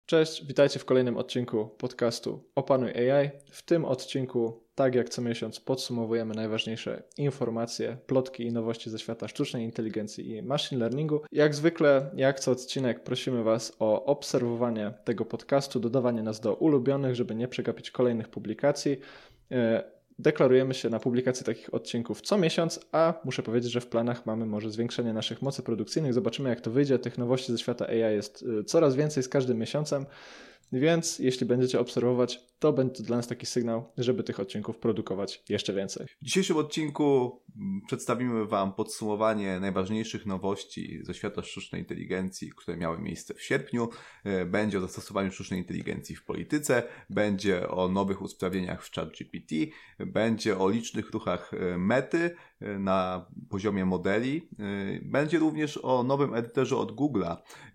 Cześć, witajcie w kolejnym odcinku podcastu Opanuj AI. W tym odcinku, tak jak co miesiąc, podsumowujemy najważniejsze informacje, plotki i nowości ze świata sztucznej inteligencji i machine learningu. Jak zwykle, jak co odcinek, prosimy Was o obserwowanie tego podcastu, dodawanie nas do ulubionych, żeby nie przegapić kolejnych publikacji. Deklarujemy się na publikację takich odcinków co miesiąc, a muszę powiedzieć, że w planach mamy może zwiększenie naszych mocy produkcyjnych. Zobaczymy, jak to wyjdzie. Tych nowości ze świata AI jest coraz więcej z każdym miesiącem, więc jeśli będziecie obserwować, to będzie to dla nas taki sygnał, żeby tych odcinków produkować jeszcze więcej. W dzisiejszym odcinku przedstawimy Wam podsumowanie najważniejszych nowości ze świata sztucznej inteligencji, które miały miejsce w sierpniu. Będzie o zastosowaniu sztucznej inteligencji w polityce, będzie o nowych usprawnieniach w ChatGPT, będzie o licznych ruchach Mety na poziomie modeli, będzie również o nowym edytorze od Google'a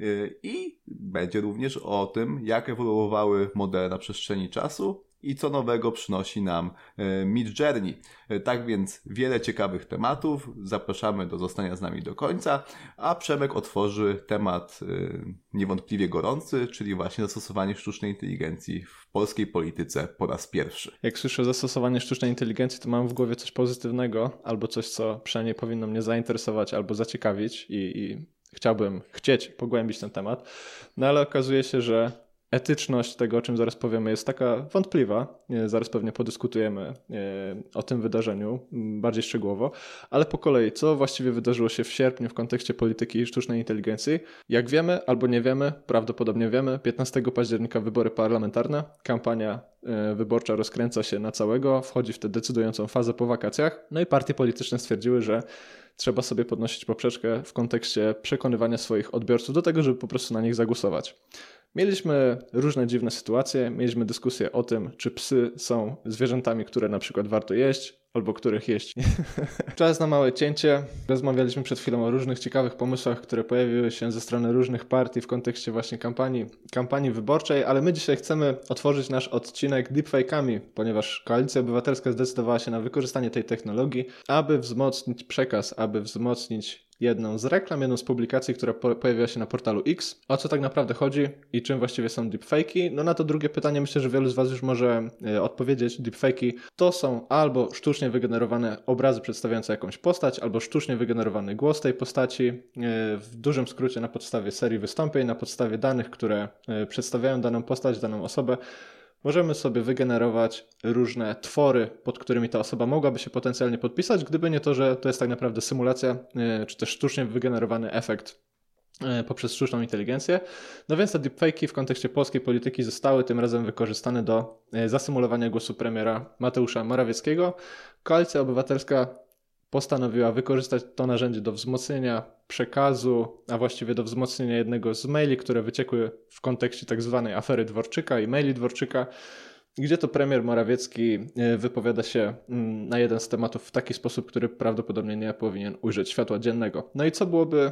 i będzie również o tym, jak ewoluowały modele na przestrzeni czasu i co nowego przynosi nam Midjourney. Tak więc wiele ciekawych tematów. Zapraszamy do zostania z nami do końca, a Przemek otworzy temat niewątpliwie gorący, czyli właśnie zastosowanie sztucznej inteligencji w polskiej polityce po raz pierwszy. Jak słyszę zastosowanie sztucznej inteligencji, to mam w głowie coś pozytywnego, albo coś, co przynajmniej powinno mnie zainteresować albo zaciekawić i chcieć pogłębić ten temat. No ale okazuje się, że etyczność tego, o czym zaraz powiemy, jest taka wątpliwa. Zaraz pewnie podyskutujemy o tym wydarzeniu bardziej szczegółowo, ale po kolei, co właściwie wydarzyło się w sierpniu w kontekście polityki sztucznej inteligencji? Jak wiemy albo nie wiemy, prawdopodobnie wiemy, 15 października wybory parlamentarne, kampania wyborcza rozkręca się na całego, wchodzi w tę decydującą fazę po wakacjach, no i partie polityczne stwierdziły, że trzeba sobie podnosić poprzeczkę w kontekście przekonywania swoich odbiorców do tego, żeby po prostu na nich zagłosować. Mieliśmy różne dziwne sytuacje, mieliśmy dyskusję o tym, czy psy są zwierzętami, które na przykład warto jeść, albo których jeść. Czas na małe cięcie. Rozmawialiśmy przed chwilą o różnych ciekawych pomysłach, które pojawiły się ze strony różnych partii w kontekście właśnie kampanii wyborczej, ale my dzisiaj chcemy otworzyć nasz odcinek deepfake'ami, ponieważ Koalicja Obywatelska zdecydowała się na wykorzystanie tej technologii, aby wzmocnić przekaz, aby wzmocnić jedną z reklam, jedną z publikacji, która pojawiła się na portalu X. O co tak naprawdę chodzi i czym właściwie są deepfake'i? No na to drugie pytanie myślę, że wielu z Was już może odpowiedzieć. Deepfake'i to są albo sztucznie wygenerowane obrazy przedstawiające jakąś postać, albo sztucznie wygenerowany głos tej postaci, w dużym skrócie na podstawie serii wystąpień, na podstawie danych, które przedstawiają daną postać, daną osobę. Możemy sobie wygenerować różne twory, pod którymi ta osoba mogłaby się potencjalnie podpisać, gdyby nie to, że to jest tak naprawdę symulacja, czy też sztucznie wygenerowany efekt poprzez sztuczną inteligencję. No więc te deepfake'i w kontekście polskiej polityki zostały tym razem wykorzystane do zasymulowania głosu premiera Mateusza Morawieckiego. Koalicja Obywatelska postanowiła wykorzystać to narzędzie do wzmocnienia przekazu, a właściwie do wzmocnienia jednego z maili, które wyciekły w kontekście tak zwanej afery Dworczyka i maili Dworczyka, gdzie to premier Morawiecki wypowiada się na jeden z tematów w taki sposób, który prawdopodobnie nie powinien ujrzeć światła dziennego. No i co byłoby?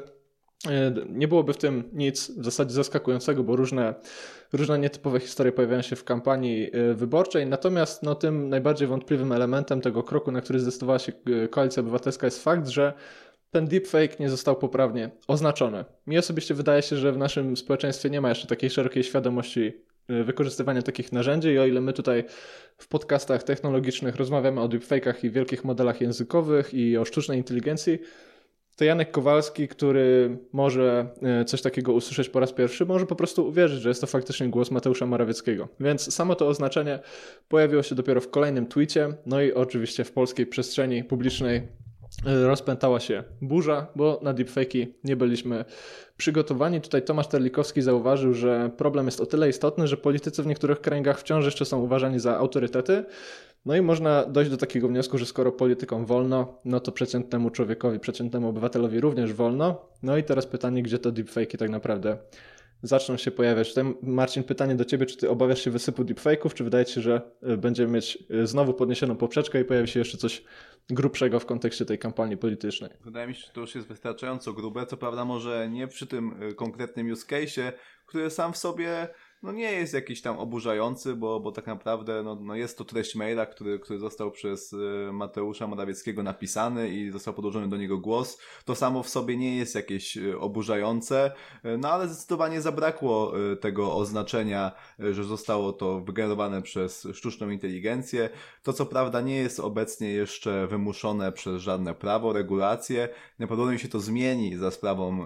Nie byłoby w tym nic w zasadzie zaskakującego, bo różne nietypowe historie pojawiają się w kampanii wyborczej, natomiast tym najbardziej wątpliwym elementem tego kroku, na który zdecydowała się Koalicja Obywatelska, jest fakt, że ten deepfake nie został poprawnie oznaczony. Mi osobiście wydaje się, że w naszym społeczeństwie nie ma jeszcze takiej szerokiej świadomości wykorzystywania takich narzędzi i o ile my tutaj w podcastach technologicznych rozmawiamy o deepfake'ach i wielkich modelach językowych i o sztucznej inteligencji, to Janek Kowalski, który może coś takiego usłyszeć po raz pierwszy, może po prostu uwierzyć, że jest to faktycznie głos Mateusza Morawieckiego. Więc samo to oznaczenie pojawiło się dopiero w kolejnym tweetie, no i oczywiście w polskiej przestrzeni publicznej rozpętała się burza, bo na deepfake'i nie byliśmy przygotowani. Tutaj Tomasz Terlikowski zauważył, że problem jest o tyle istotny, że politycy w niektórych kręgach wciąż jeszcze są uważani za autorytety. No i można dojść do takiego wniosku, że skoro politykom wolno, no to przeciętnemu człowiekowi, przeciętnemu obywatelowi również wolno. No i teraz pytanie, gdzie to deepfake'i tak naprawdę zaczną się pojawiać. Tutaj, Marcin, pytanie do Ciebie, czy Ty obawiasz się wysypu deepfake'ów, czy wydaje Ci się, że będziemy mieć znowu podniesioną poprzeczkę i pojawi się jeszcze coś grubszego w kontekście tej kampanii politycznej? Wydaje mi się, że to już jest wystarczająco grube, co prawda może nie przy tym konkretnym use case'ie, który sam w sobie nie jest jakiś tam oburzający, bo tak naprawdę jest to treść maila, który został przez Mateusza Morawieckiego napisany i został podłożony do niego głos. To samo w sobie nie jest jakieś oburzające, ale zdecydowanie zabrakło tego oznaczenia, że zostało to wygenerowane przez sztuczną inteligencję. To co prawda nie jest obecnie jeszcze wymuszone przez żadne prawo, regulacje. Najprawdopodobniej się to zmieni za sprawą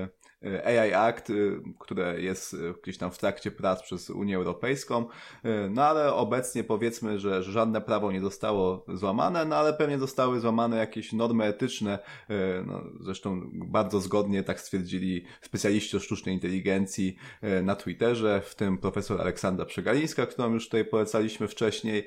AI Act, które jest gdzieś tam w trakcie prac przez Unię Europejską, ale obecnie powiedzmy, że żadne prawo nie zostało złamane, ale pewnie zostały złamane jakieś normy etyczne, zresztą bardzo zgodnie tak stwierdzili specjaliści od sztucznej inteligencji na Twitterze, w tym profesor Aleksandra Przegalińska, którą już tutaj polecaliśmy wcześniej.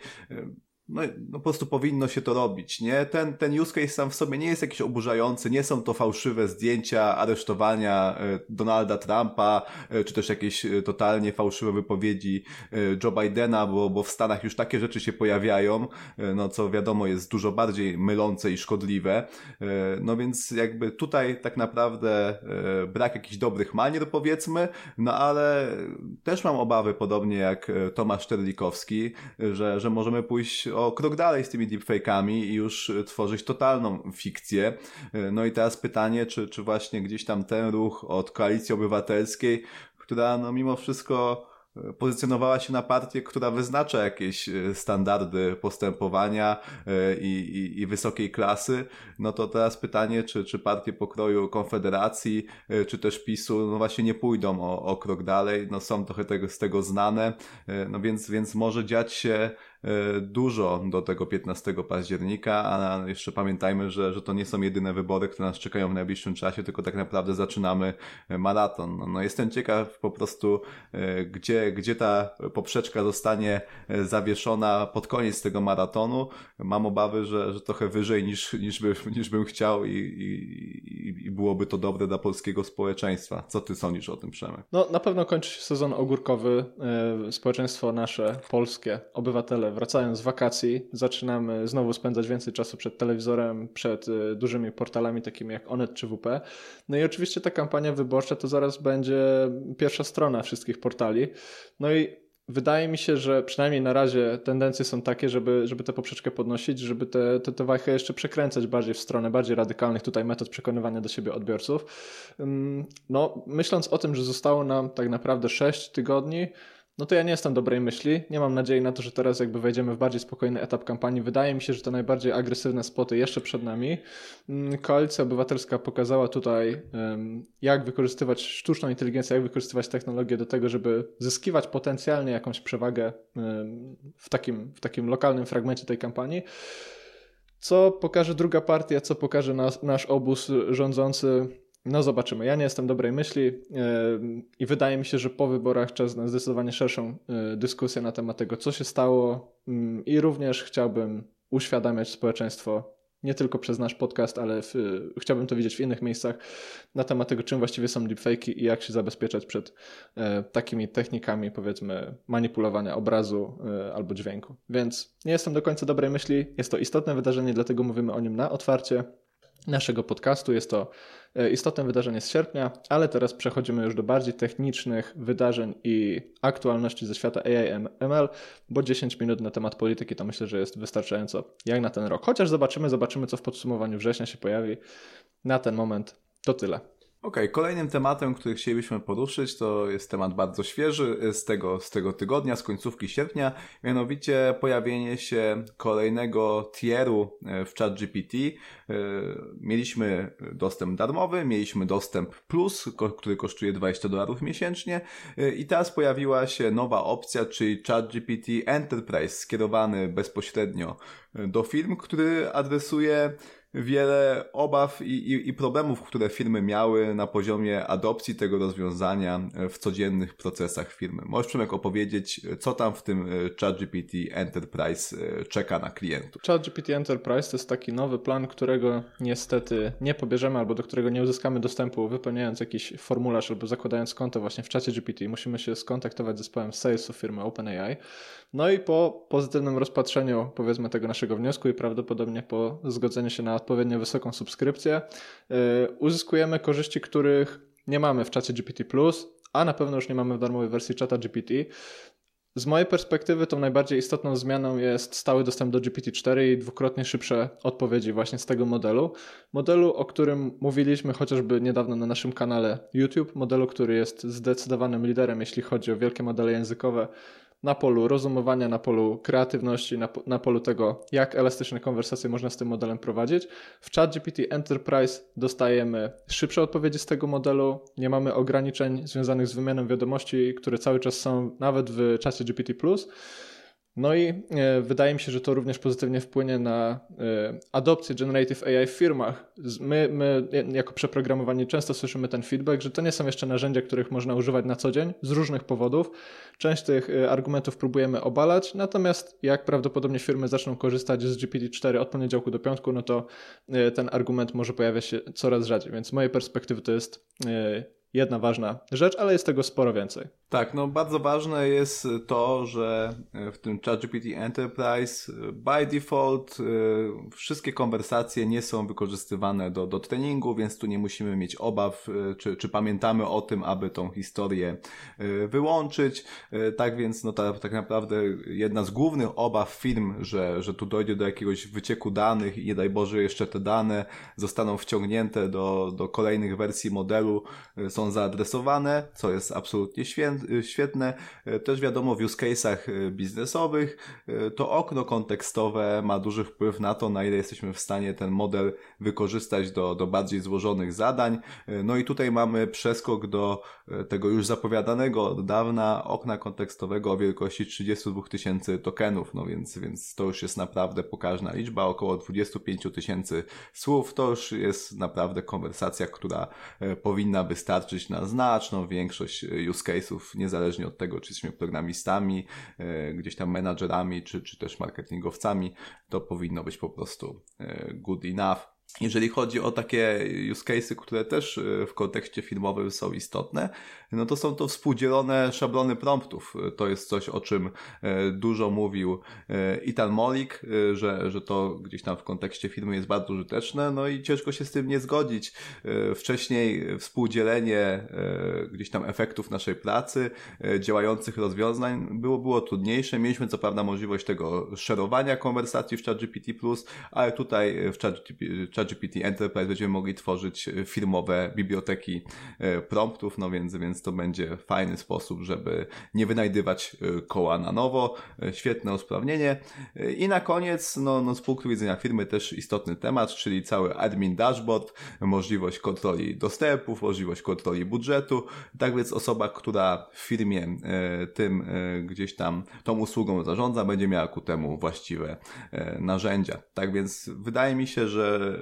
Po prostu powinno się to robić, nie? Ten use case sam w sobie nie jest jakiś oburzający, nie są to fałszywe zdjęcia aresztowania Donalda Trumpa, czy też jakieś totalnie fałszywe wypowiedzi Joe Bidena, bo w Stanach już takie rzeczy się pojawiają, co wiadomo jest dużo bardziej mylące i szkodliwe. Więc jakby tutaj tak naprawdę brak jakichś dobrych manier, powiedzmy, ale też mam obawy, podobnie jak Tomasz Terlikowski, że możemy pójść o krok dalej z tymi deepfake'ami i już tworzyć totalną fikcję. I teraz pytanie, czy właśnie gdzieś tam ten ruch od Koalicji Obywatelskiej, która mimo wszystko pozycjonowała się na partię, która wyznacza jakieś standardy postępowania i wysokiej klasy, to teraz pytanie, czy partie pokroju Konfederacji, czy też PiS-u, właśnie nie pójdą o krok dalej, są trochę z tego znane, więc może dziać się dużo do tego 15 października, a jeszcze pamiętajmy, że to nie są jedyne wybory, które nas czekają w najbliższym czasie, tylko tak naprawdę zaczynamy maraton. Jestem ciekaw po prostu, gdzie ta poprzeczka zostanie zawieszona pod koniec tego maratonu. Mam obawy, że trochę wyżej niż bym chciał i byłoby to dobre dla polskiego społeczeństwa. Co ty sądzisz o tym, Przemek? Na pewno kończy się sezon ogórkowy. Społeczeństwo nasze, polskie, obywatele wracają z wakacji, zaczynamy znowu spędzać więcej czasu przed telewizorem, przed dużymi portalami takimi jak Onet czy WP. I oczywiście ta kampania wyborcza to zaraz będzie pierwsza strona wszystkich portali. I wydaje mi się, że przynajmniej na razie tendencje są takie, żeby tę poprzeczkę podnosić, żeby tę wajchę jeszcze przekręcać bardziej w stronę bardziej radykalnych tutaj metod przekonywania do siebie odbiorców. Myśląc o tym, że zostało nam tak naprawdę 6 tygodni, to ja nie jestem dobrej myśli. Nie mam nadziei na to, że teraz jakby wejdziemy w bardziej spokojny etap kampanii. Wydaje mi się, że te najbardziej agresywne spoty jeszcze przed nami. Koalicja Obywatelska pokazała tutaj, jak wykorzystywać sztuczną inteligencję, jak wykorzystywać technologię do tego, żeby zyskiwać potencjalnie jakąś przewagę w takim lokalnym fragmencie tej kampanii. Co pokaże druga partia, co pokaże nasz obóz rządzący, zobaczymy. Ja nie jestem dobrej myśli i wydaje mi się, że po wyborach czas na zdecydowanie szerszą dyskusję na temat tego, co się stało i również chciałbym uświadamiać społeczeństwo, nie tylko przez nasz podcast, ale chciałbym to widzieć w innych miejscach, na temat tego, czym właściwie są deepfake'i i jak się zabezpieczać przed takimi technikami, powiedzmy, manipulowania obrazu albo dźwięku. Więc nie jestem do końca dobrej myśli. Jest to istotne wydarzenie, dlatego mówimy o nim na otwarcie naszego podcastu. Jest to istotne wydarzenie z sierpnia, ale teraz przechodzimy już do bardziej technicznych wydarzeń i aktualności ze świata AI ML, bo 10 minut na temat polityki to myślę, że jest wystarczająco jak na ten rok. Chociaż zobaczymy co w podsumowaniu września się pojawi. Na ten moment to tyle. Okej, kolejnym tematem, który chcielibyśmy poruszyć, to jest temat bardzo świeży z tego tygodnia, z końcówki sierpnia, mianowicie pojawienie się kolejnego tieru w ChatGPT. Mieliśmy dostęp darmowy, mieliśmy dostęp plus, który kosztuje $20 miesięcznie i teraz pojawiła się nowa opcja, czyli ChatGPT Enterprise, skierowany bezpośrednio do firm, który adresuje wiele obaw i problemów, które firmy miały na poziomie adopcji tego rozwiązania w codziennych procesach firmy. Możesz, Przemek, opowiedzieć, co tam w tym ChatGPT Enterprise czeka na klientów? ChatGPT Enterprise to jest taki nowy plan, którego niestety nie pobierzemy albo do którego nie uzyskamy dostępu wypełniając jakiś formularz albo zakładając konto właśnie w czacie GPT. Musimy się skontaktować z zespołem salesu firmy OpenAI. I po pozytywnym rozpatrzeniu, powiedzmy, tego naszego wniosku i prawdopodobnie po zgodzeniu się na odpowiednio wysoką subskrypcję, uzyskujemy korzyści, których nie mamy w czacie GPT+, a na pewno już nie mamy w darmowej wersji ChatGPT. Z mojej perspektywy tą najbardziej istotną zmianą jest stały dostęp do GPT-4 i dwukrotnie szybsze odpowiedzi właśnie z tego modelu. Modelu, o którym mówiliśmy chociażby niedawno na naszym kanale YouTube. Modelu, który jest zdecydowanym liderem, jeśli chodzi o wielkie modele językowe na polu rozumowania, na polu kreatywności, na polu tego, jak elastyczne konwersacje można z tym modelem prowadzić. W ChatGPT Enterprise dostajemy szybsze odpowiedzi z tego modelu, nie mamy ograniczeń związanych z wymianą wiadomości, które cały czas są nawet w czacie GPT+. No i wydaje mi się, że to również pozytywnie wpłynie na adopcję Generative AI w firmach. My jako przeprogramowani często słyszymy ten feedback, że to nie są jeszcze narzędzia, których można używać na co dzień z różnych powodów. Część tych argumentów próbujemy obalać, natomiast jak prawdopodobnie firmy zaczną korzystać z GPT-4 od poniedziałku do piątku, no to ten argument może pojawiać się coraz rzadziej, więc z mojej perspektywy to jest jedna ważna rzecz, ale jest tego sporo więcej. Tak, no bardzo ważne jest to, że w tym ChatGPT Enterprise by default wszystkie konwersacje nie są wykorzystywane do treningu, więc tu nie musimy mieć obaw, czy pamiętamy o tym, aby tą historię wyłączyć. Tak więc no tak naprawdę jedna z głównych obaw firm, że tu dojdzie do jakiegoś wycieku danych i nie daj Boże jeszcze te dane zostaną wciągnięte do kolejnych wersji modelu, są zaadresowane, co jest absolutnie świetne. Też wiadomo, w use case'ach biznesowych to okno kontekstowe ma duży wpływ na to, na ile jesteśmy w stanie ten model wykorzystać do bardziej złożonych zadań. No i tutaj mamy przeskok do tego już zapowiadanego od dawna okna kontekstowego o wielkości 32 000 tokenów, no więc to już jest naprawdę pokaźna liczba, około 25 000 słów, to już jest naprawdę konwersacja, która powinna wystarczyć na znaczną większość use case'ów, niezależnie od tego, czy jesteśmy programistami, gdzieś tam menadżerami, czy też marketingowcami, to powinno być po prostu good enough. Jeżeli chodzi o takie use case'y, które też w kontekście filmowym są istotne, no to są to współdzielone szablony promptów. To jest coś, o czym dużo mówił Ethan Mollick, że to gdzieś tam w kontekście filmu jest bardzo użyteczne, no i ciężko się z tym nie zgodzić. Wcześniej współdzielenie gdzieś tam efektów naszej pracy, działających rozwiązań było trudniejsze. Mieliśmy co prawda możliwość tego szerowania konwersacji w ChatGPT+, ale tutaj w ChatGPT Enterprise będziemy mogli tworzyć firmowe biblioteki promptów, no więc to będzie fajny sposób, żeby nie wynajdywać koła na nowo. Świetne usprawnienie. I na koniec, no z punktu widzenia firmy też istotny temat, czyli cały admin dashboard, możliwość kontroli dostępów, możliwość kontroli budżetu. Tak więc osoba, która w firmie tym gdzieś tam tą usługą zarządza, będzie miała ku temu właściwe narzędzia. Tak więc wydaje mi się, że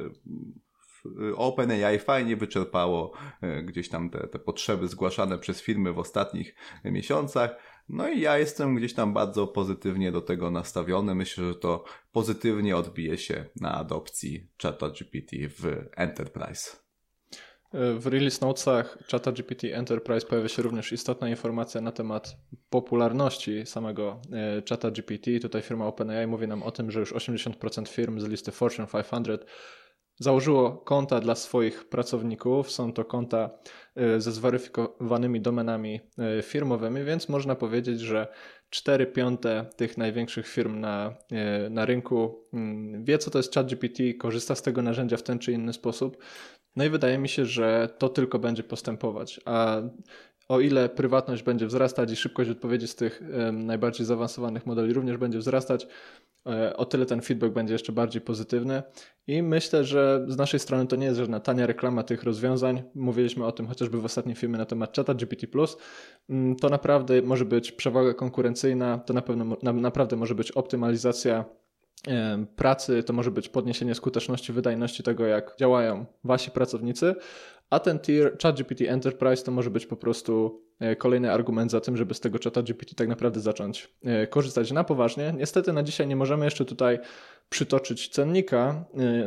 OpenAI fajnie wyczerpało gdzieś tam te potrzeby zgłaszane przez firmy w ostatnich miesiącach. No i ja jestem gdzieś tam bardzo pozytywnie do tego nastawiony. Myślę, że to pozytywnie odbije się na adopcji ChatGPT w Enterprise. W release notesach ChatGPT Enterprise pojawia się również istotna informacja na temat popularności samego ChatGPT. Tutaj firma OpenAI mówi nam o tym, że już 80% firm z listy Fortune 500 założyło konta dla swoich pracowników. Są to konta ze zweryfikowanymi domenami firmowymi, więc można powiedzieć, że 4/5 tych największych firm na rynku wie, co to jest ChatGPT, korzysta z tego narzędzia w ten czy inny sposób. No i wydaje mi się, że to tylko będzie postępować. A o ile prywatność będzie wzrastać i szybkość odpowiedzi z tych najbardziej zaawansowanych modeli również będzie wzrastać, o tyle ten feedback będzie jeszcze bardziej pozytywny i myślę, że z naszej strony to nie jest żadna tania reklama tych rozwiązań. Mówiliśmy o tym chociażby w ostatnim filmie na temat ChatGPT+. To naprawdę może być przewaga konkurencyjna, to naprawdę może być optymalizacja pracy, to może być podniesienie skuteczności, wydajności tego, jak działają wasi pracownicy, a ten tier ChatGPT Enterprise to może być po prostu kolejny argument za tym, żeby z tego ChatGPT tak naprawdę zacząć korzystać na poważnie. Niestety na dzisiaj nie możemy jeszcze tutaj przytoczyć cennika,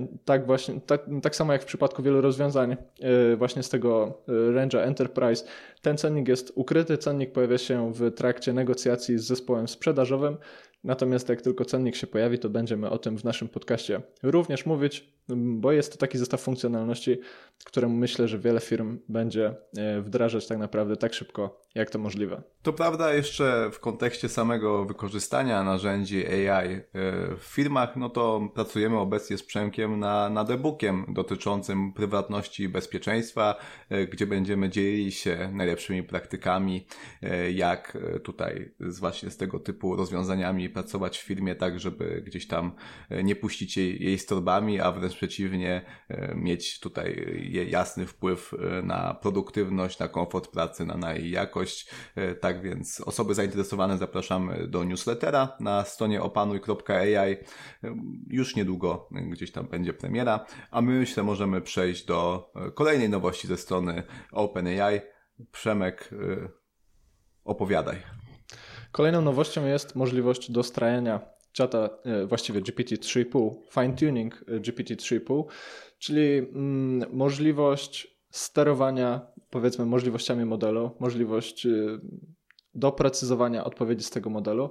tak samo jak w przypadku wielu rozwiązań właśnie z tego range'a Enterprise, ten cennik jest ukryty, cennik pojawia się w trakcie negocjacji z zespołem sprzedażowym, natomiast jak tylko cennik się pojawi, to będziemy o tym w naszym podcaście również mówić, bo jest to taki zestaw funkcjonalności, któremu myślę, że wiele firm będzie wdrażać tak naprawdę tak szybko, jak to możliwe. To prawda, jeszcze w kontekście samego wykorzystania narzędzi AI w firmach, no to pracujemy obecnie z Przemkiem nad e-bookiem dotyczącym prywatności i bezpieczeństwa, gdzie będziemy dzielili się najlepszymi praktykami, jak tutaj właśnie z tego typu rozwiązaniami pracować w firmie tak, żeby gdzieś tam nie puścić jej z torbami, a wręcz przeciwnie, mieć tutaj jasny wpływ na produktywność, na komfort pracy, na jej jakość. Tak więc osoby zainteresowane zapraszamy do newslettera na stronie opanuj.ai. Już niedługo gdzieś tam będzie premiera, a my myślę możemy przejść do kolejnej nowości ze strony OpenAI. Przemek, opowiadaj. Kolejną nowością jest możliwość dostrajania czata, właściwie GPT-3.5, fine-tuning GPT-3.5, czyli możliwość sterowania, powiedzmy, możliwościami modelu, możliwość doprecyzowania odpowiedzi z tego modelu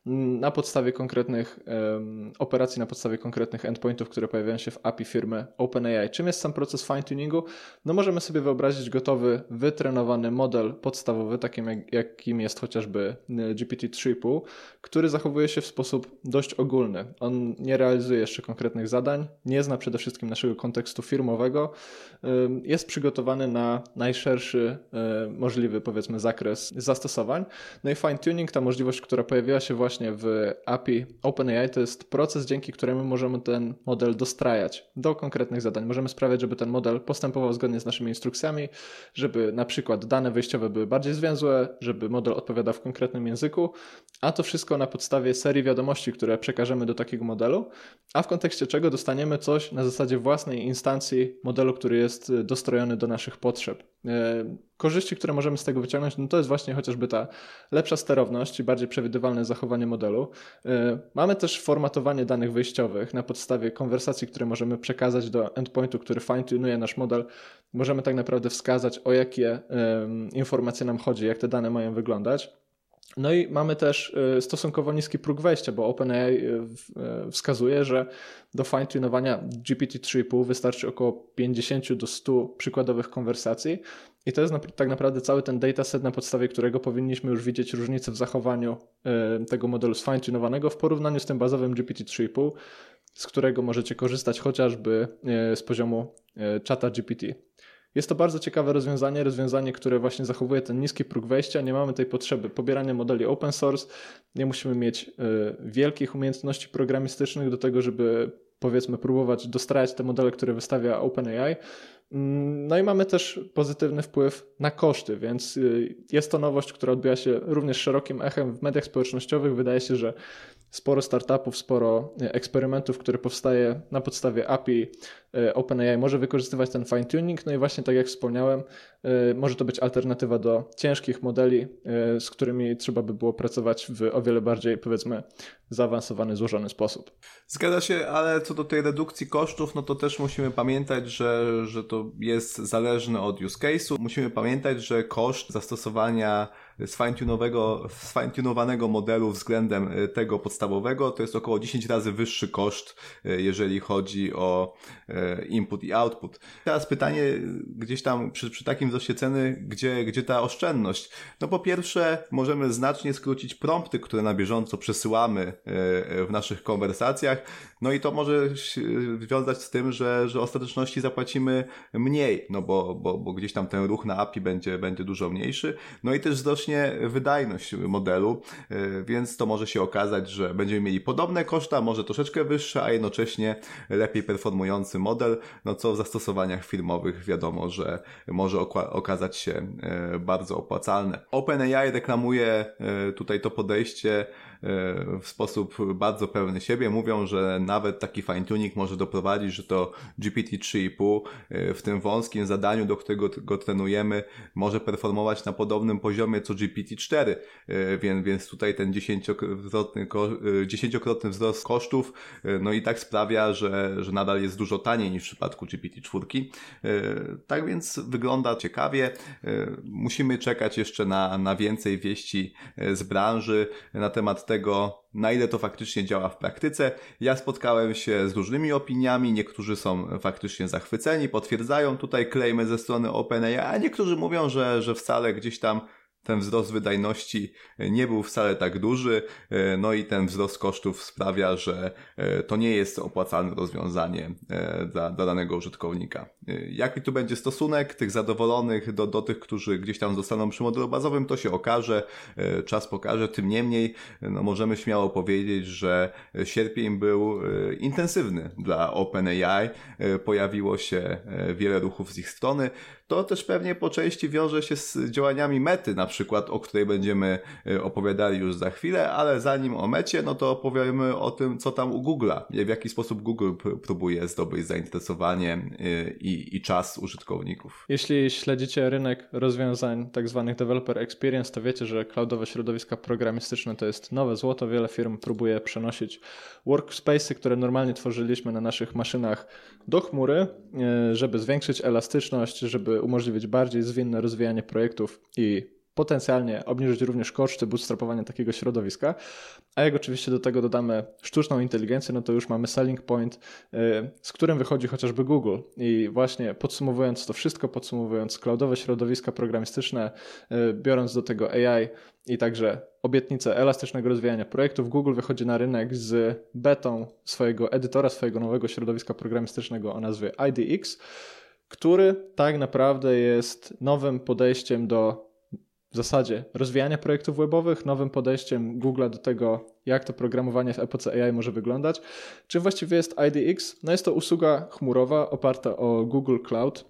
na podstawie konkretnych operacji, na podstawie konkretnych endpointów, które pojawiają się w API firmy OpenAI. Czym jest sam proces fine-tuningu? No możemy sobie wyobrazić gotowy, wytrenowany model podstawowy, takim jakim jest chociażby GPT-3.5, który zachowuje się w sposób dość ogólny. On nie realizuje jeszcze konkretnych zadań, nie zna przede wszystkim naszego kontekstu firmowego, jest przygotowany na najszerszy możliwy, powiedzmy, zakres zastosowań. No i fine-tuning, ta możliwość, która pojawiła się właśnie w API OpenAI, to jest proces, dzięki któremu możemy ten model dostrajać do konkretnych zadań. Możemy sprawiać, żeby ten model postępował zgodnie z naszymi instrukcjami, żeby na przykład dane wejściowe były bardziej zwięzłe, żeby model odpowiadał w konkretnym języku, a to wszystko na podstawie serii wiadomości, które przekażemy do takiego modelu, a w kontekście czego dostaniemy coś na zasadzie własnej instancji modelu, który jest dostrojony do naszych potrzeb. Korzyści, które możemy z tego wyciągnąć, no to jest właśnie chociażby ta lepsza sterowność i bardziej przewidywalne zachowanie modelu. Mamy też formatowanie danych wyjściowych na podstawie konwersacji, które możemy przekazać do endpointu, który fine-tunuje nasz model. Możemy tak naprawdę wskazać, o jakie informacje nam chodzi, jak te dane mają wyglądać. No i mamy też stosunkowo niski próg wejścia, bo OpenAI wskazuje, że do fine-tunowania GPT-3.5 wystarczy około 50 do 100 przykładowych konwersacji i to jest tak naprawdę cały ten dataset, na podstawie którego powinniśmy już widzieć różnice w zachowaniu tego modelu sfine-tunowanego w porównaniu z tym bazowym GPT-3.5, z którego możecie korzystać chociażby z poziomu czata GPT. Jest to bardzo ciekawe rozwiązanie, które właśnie zachowuje ten niski próg wejścia. Nie mamy tej potrzeby pobierania modeli open source, nie musimy mieć wielkich umiejętności programistycznych do tego, żeby, powiedzmy, próbować dostrajać te modele, które wystawia OpenAI. No i mamy też pozytywny wpływ na koszty, więc jest to nowość, która odbija się również szerokim echem w mediach społecznościowych. Wydaje się, że sporo startupów, sporo eksperymentów, które powstaje na podstawie API OpenAI może wykorzystywać ten fine-tuning. No i właśnie tak jak wspomniałem, może to być alternatywa do ciężkich modeli, z którymi trzeba by było pracować w o wiele bardziej, powiedzmy, zaawansowany, złożony sposób. Zgadza się, ale co do tej redukcji kosztów, no to też musimy pamiętać, że to jest zależne od use case'u. Musimy pamiętać, że koszt zastosowania sfine-tunowanego modelu względem tego podstawowego to jest około 10 razy wyższy koszt, jeżeli chodzi o input i output. Teraz pytanie gdzieś tam przy takim wzroście ceny, gdzie ta oszczędność? No po pierwsze możemy znacznie skrócić prompty, które na bieżąco przesyłamy w naszych konwersacjach, no i to może wiązać z tym, że w ostateczności zapłacimy mniej, no bo gdzieś tam ten ruch na API będzie dużo mniejszy, no i też wzrośnie wydajność modelu, więc to może się okazać, że będziemy mieli podobne koszta, może troszeczkę wyższe, a jednocześnie lepiej performujący model, no co w zastosowaniach firmowych wiadomo, że może okazać się bardzo opłacalne. OpenAI reklamuje tutaj to podejście w sposób bardzo pewny siebie. Mówią, że nawet taki fine-tuning może doprowadzić, że to GPT-3.5 w tym wąskim zadaniu, do którego go trenujemy, może performować na podobnym poziomie co GPT-4, więc tutaj ten 10-krotny wzrost kosztów, no i tak sprawia, że nadal jest dużo taniej niż w przypadku GPT-4. Tak więc wygląda ciekawie. Musimy czekać jeszcze na więcej wieści z branży na temat tego, na ile to faktycznie działa w praktyce. Ja spotkałem się z różnymi opiniami, niektórzy są faktycznie zachwyceni, potwierdzają tutaj claimy ze strony OpenAI, a niektórzy mówią, że wcale gdzieś tam ten wzrost wydajności nie był wcale tak duży, no i ten wzrost kosztów sprawia, że to nie jest opłacalne rozwiązanie dla danego użytkownika. Jaki tu będzie stosunek tych zadowolonych do tych, którzy gdzieś tam zostaną przy modelu bazowym, to się okaże, czas pokaże. Tym niemniej no, możemy śmiało powiedzieć, że sierpień był intensywny dla OpenAI, pojawiło się wiele ruchów z ich strony. To też pewnie po części wiąże się z działaniami Mety, na przykład, o której będziemy opowiadali już za chwilę, ale zanim o Mecie, no to opowiemy o tym, co tam u Google'a, w jaki sposób Google próbuje zdobyć zainteresowanie i czas użytkowników. Jeśli śledzicie rynek rozwiązań tzw. developer experience, to wiecie, że cloudowe środowiska programistyczne to jest nowe złoto. Wiele firm próbuje przenosić workspace'y, które normalnie tworzyliśmy na naszych maszynach, do chmury, żeby zwiększyć elastyczność, żeby umożliwić bardziej zwinne rozwijanie projektów i potencjalnie obniżyć również koszty bootstrapowania takiego środowiska. A jak oczywiście do tego dodamy sztuczną inteligencję, no to już mamy selling point, z którym wychodzi chociażby Google. I właśnie podsumowując to wszystko, podsumowując cloudowe środowiska programistyczne, biorąc do tego AI i także obietnicę elastycznego rozwijania projektów, Google wychodzi na rynek z betą swojego edytora, swojego nowego środowiska programistycznego o nazwie IDX, który tak naprawdę jest nowym podejściem do w zasadzie rozwijania projektów webowych, nowym podejściem Google'a do tego, jak to programowanie w epoce AI może wyglądać. Czym właściwie jest IDX? No jest to usługa chmurowa oparta o Google Cloud,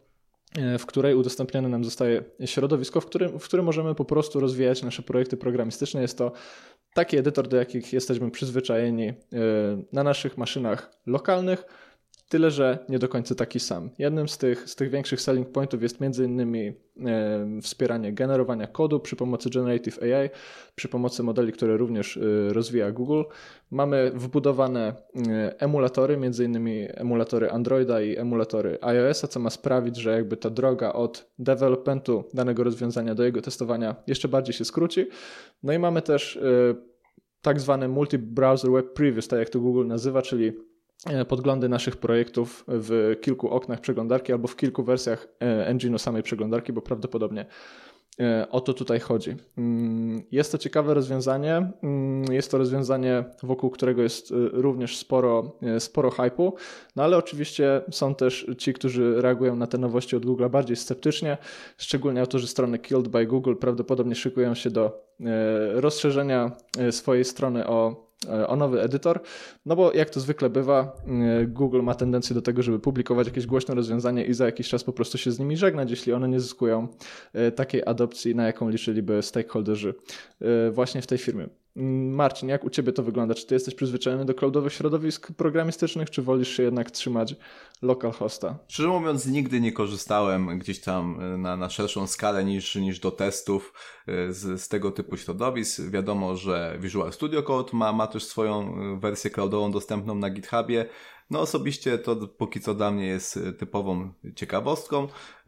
w której udostępnione nam zostaje środowisko, w którym możemy po prostu rozwijać nasze projekty programistyczne. Jest to taki edytor, do jakich jesteśmy przyzwyczajeni na naszych maszynach lokalnych, tyle że nie do końca taki sam. Jednym z tych większych selling pointów jest m.in. Wspieranie generowania kodu przy pomocy Generative AI, przy pomocy modeli, które również rozwija Google. Mamy wbudowane emulatory, m.in. emulatory Androida i emulatory iOS-a, co ma sprawić, że jakby ta droga od developmentu danego rozwiązania do jego testowania jeszcze bardziej się skróci. No i mamy też tak zwany multi-browser web previews, tak jak to Google nazywa, czyli podglądy naszych projektów w kilku oknach przeglądarki albo w kilku wersjach engine'u samej przeglądarki, bo prawdopodobnie o to tutaj chodzi. Jest to ciekawe rozwiązanie. Jest to rozwiązanie, wokół którego jest również sporo hype'u, no ale oczywiście są też ci, którzy reagują na te nowości od Google'a bardziej sceptycznie. Szczególnie autorzy strony Killed by Google prawdopodobnie szykują się do rozszerzenia swojej strony o nowy edytor, no bo jak to zwykle bywa, Google ma tendencję do tego, żeby publikować jakieś głośne rozwiązanie i za jakiś czas po prostu się z nimi żegnać, jeśli one nie zyskują takiej adopcji, na jaką liczyliby stakeholderzy właśnie w tej firmie. Marcin, jak u Ciebie to wygląda? Czy Ty jesteś przyzwyczajony do cloudowych środowisk programistycznych, czy wolisz się jednak trzymać localhosta? Szczerze mówiąc, nigdy nie korzystałem gdzieś tam na szerszą skalę niż do testów z tego typu środowisk. Wiadomo, że Visual Studio Code ma też swoją wersję cloudową dostępną na GitHubie. No osobiście to póki co dla mnie jest typową ciekawostką.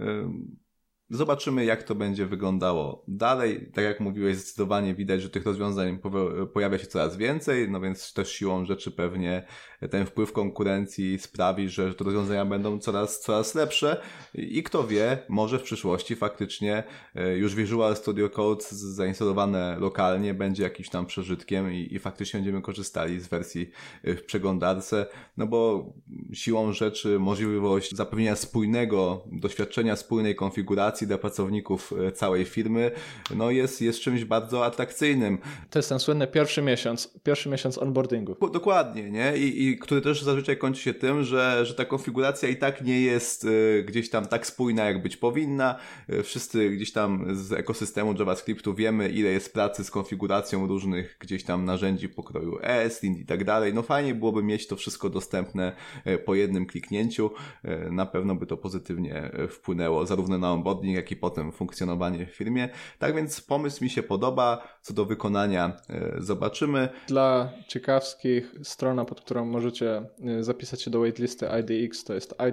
Zobaczymy, jak to będzie wyglądało dalej. Tak jak mówiłeś, zdecydowanie widać, że tych rozwiązań pojawia się coraz więcej, no więc też siłą rzeczy pewnie ten wpływ konkurencji sprawi, że te rozwiązania będą coraz lepsze i kto wie, może w przyszłości faktycznie już Visual Studio Code zainstalowane lokalnie będzie jakimś tam przeżytkiem i faktycznie będziemy korzystali z wersji w przeglądarce, no bo siłą rzeczy możliwość zapewnienia spójnego doświadczenia, spójnej konfiguracji dla pracowników całej firmy, no jest czymś bardzo atrakcyjnym. To jest ten słynny pierwszy miesiąc onboardingu. Dokładnie, nie? I który też zazwyczaj kończy się tym, że ta konfiguracja i tak nie jest gdzieś tam tak spójna, jak być powinna. Wszyscy gdzieś tam z ekosystemu JavaScriptu wiemy, ile jest pracy z konfiguracją różnych gdzieś tam narzędzi pokroju ESLint i tak dalej. No fajnie byłoby mieć to wszystko dostępne po jednym kliknięciu. Na pewno by to pozytywnie wpłynęło zarówno na onboarding, użytkownik, jak i potem funkcjonowanie w firmie. Tak więc pomysł mi się podoba, co do wykonania zobaczymy. Dla ciekawskich strona, pod którą możecie zapisać się do waitlisty IDX, to jest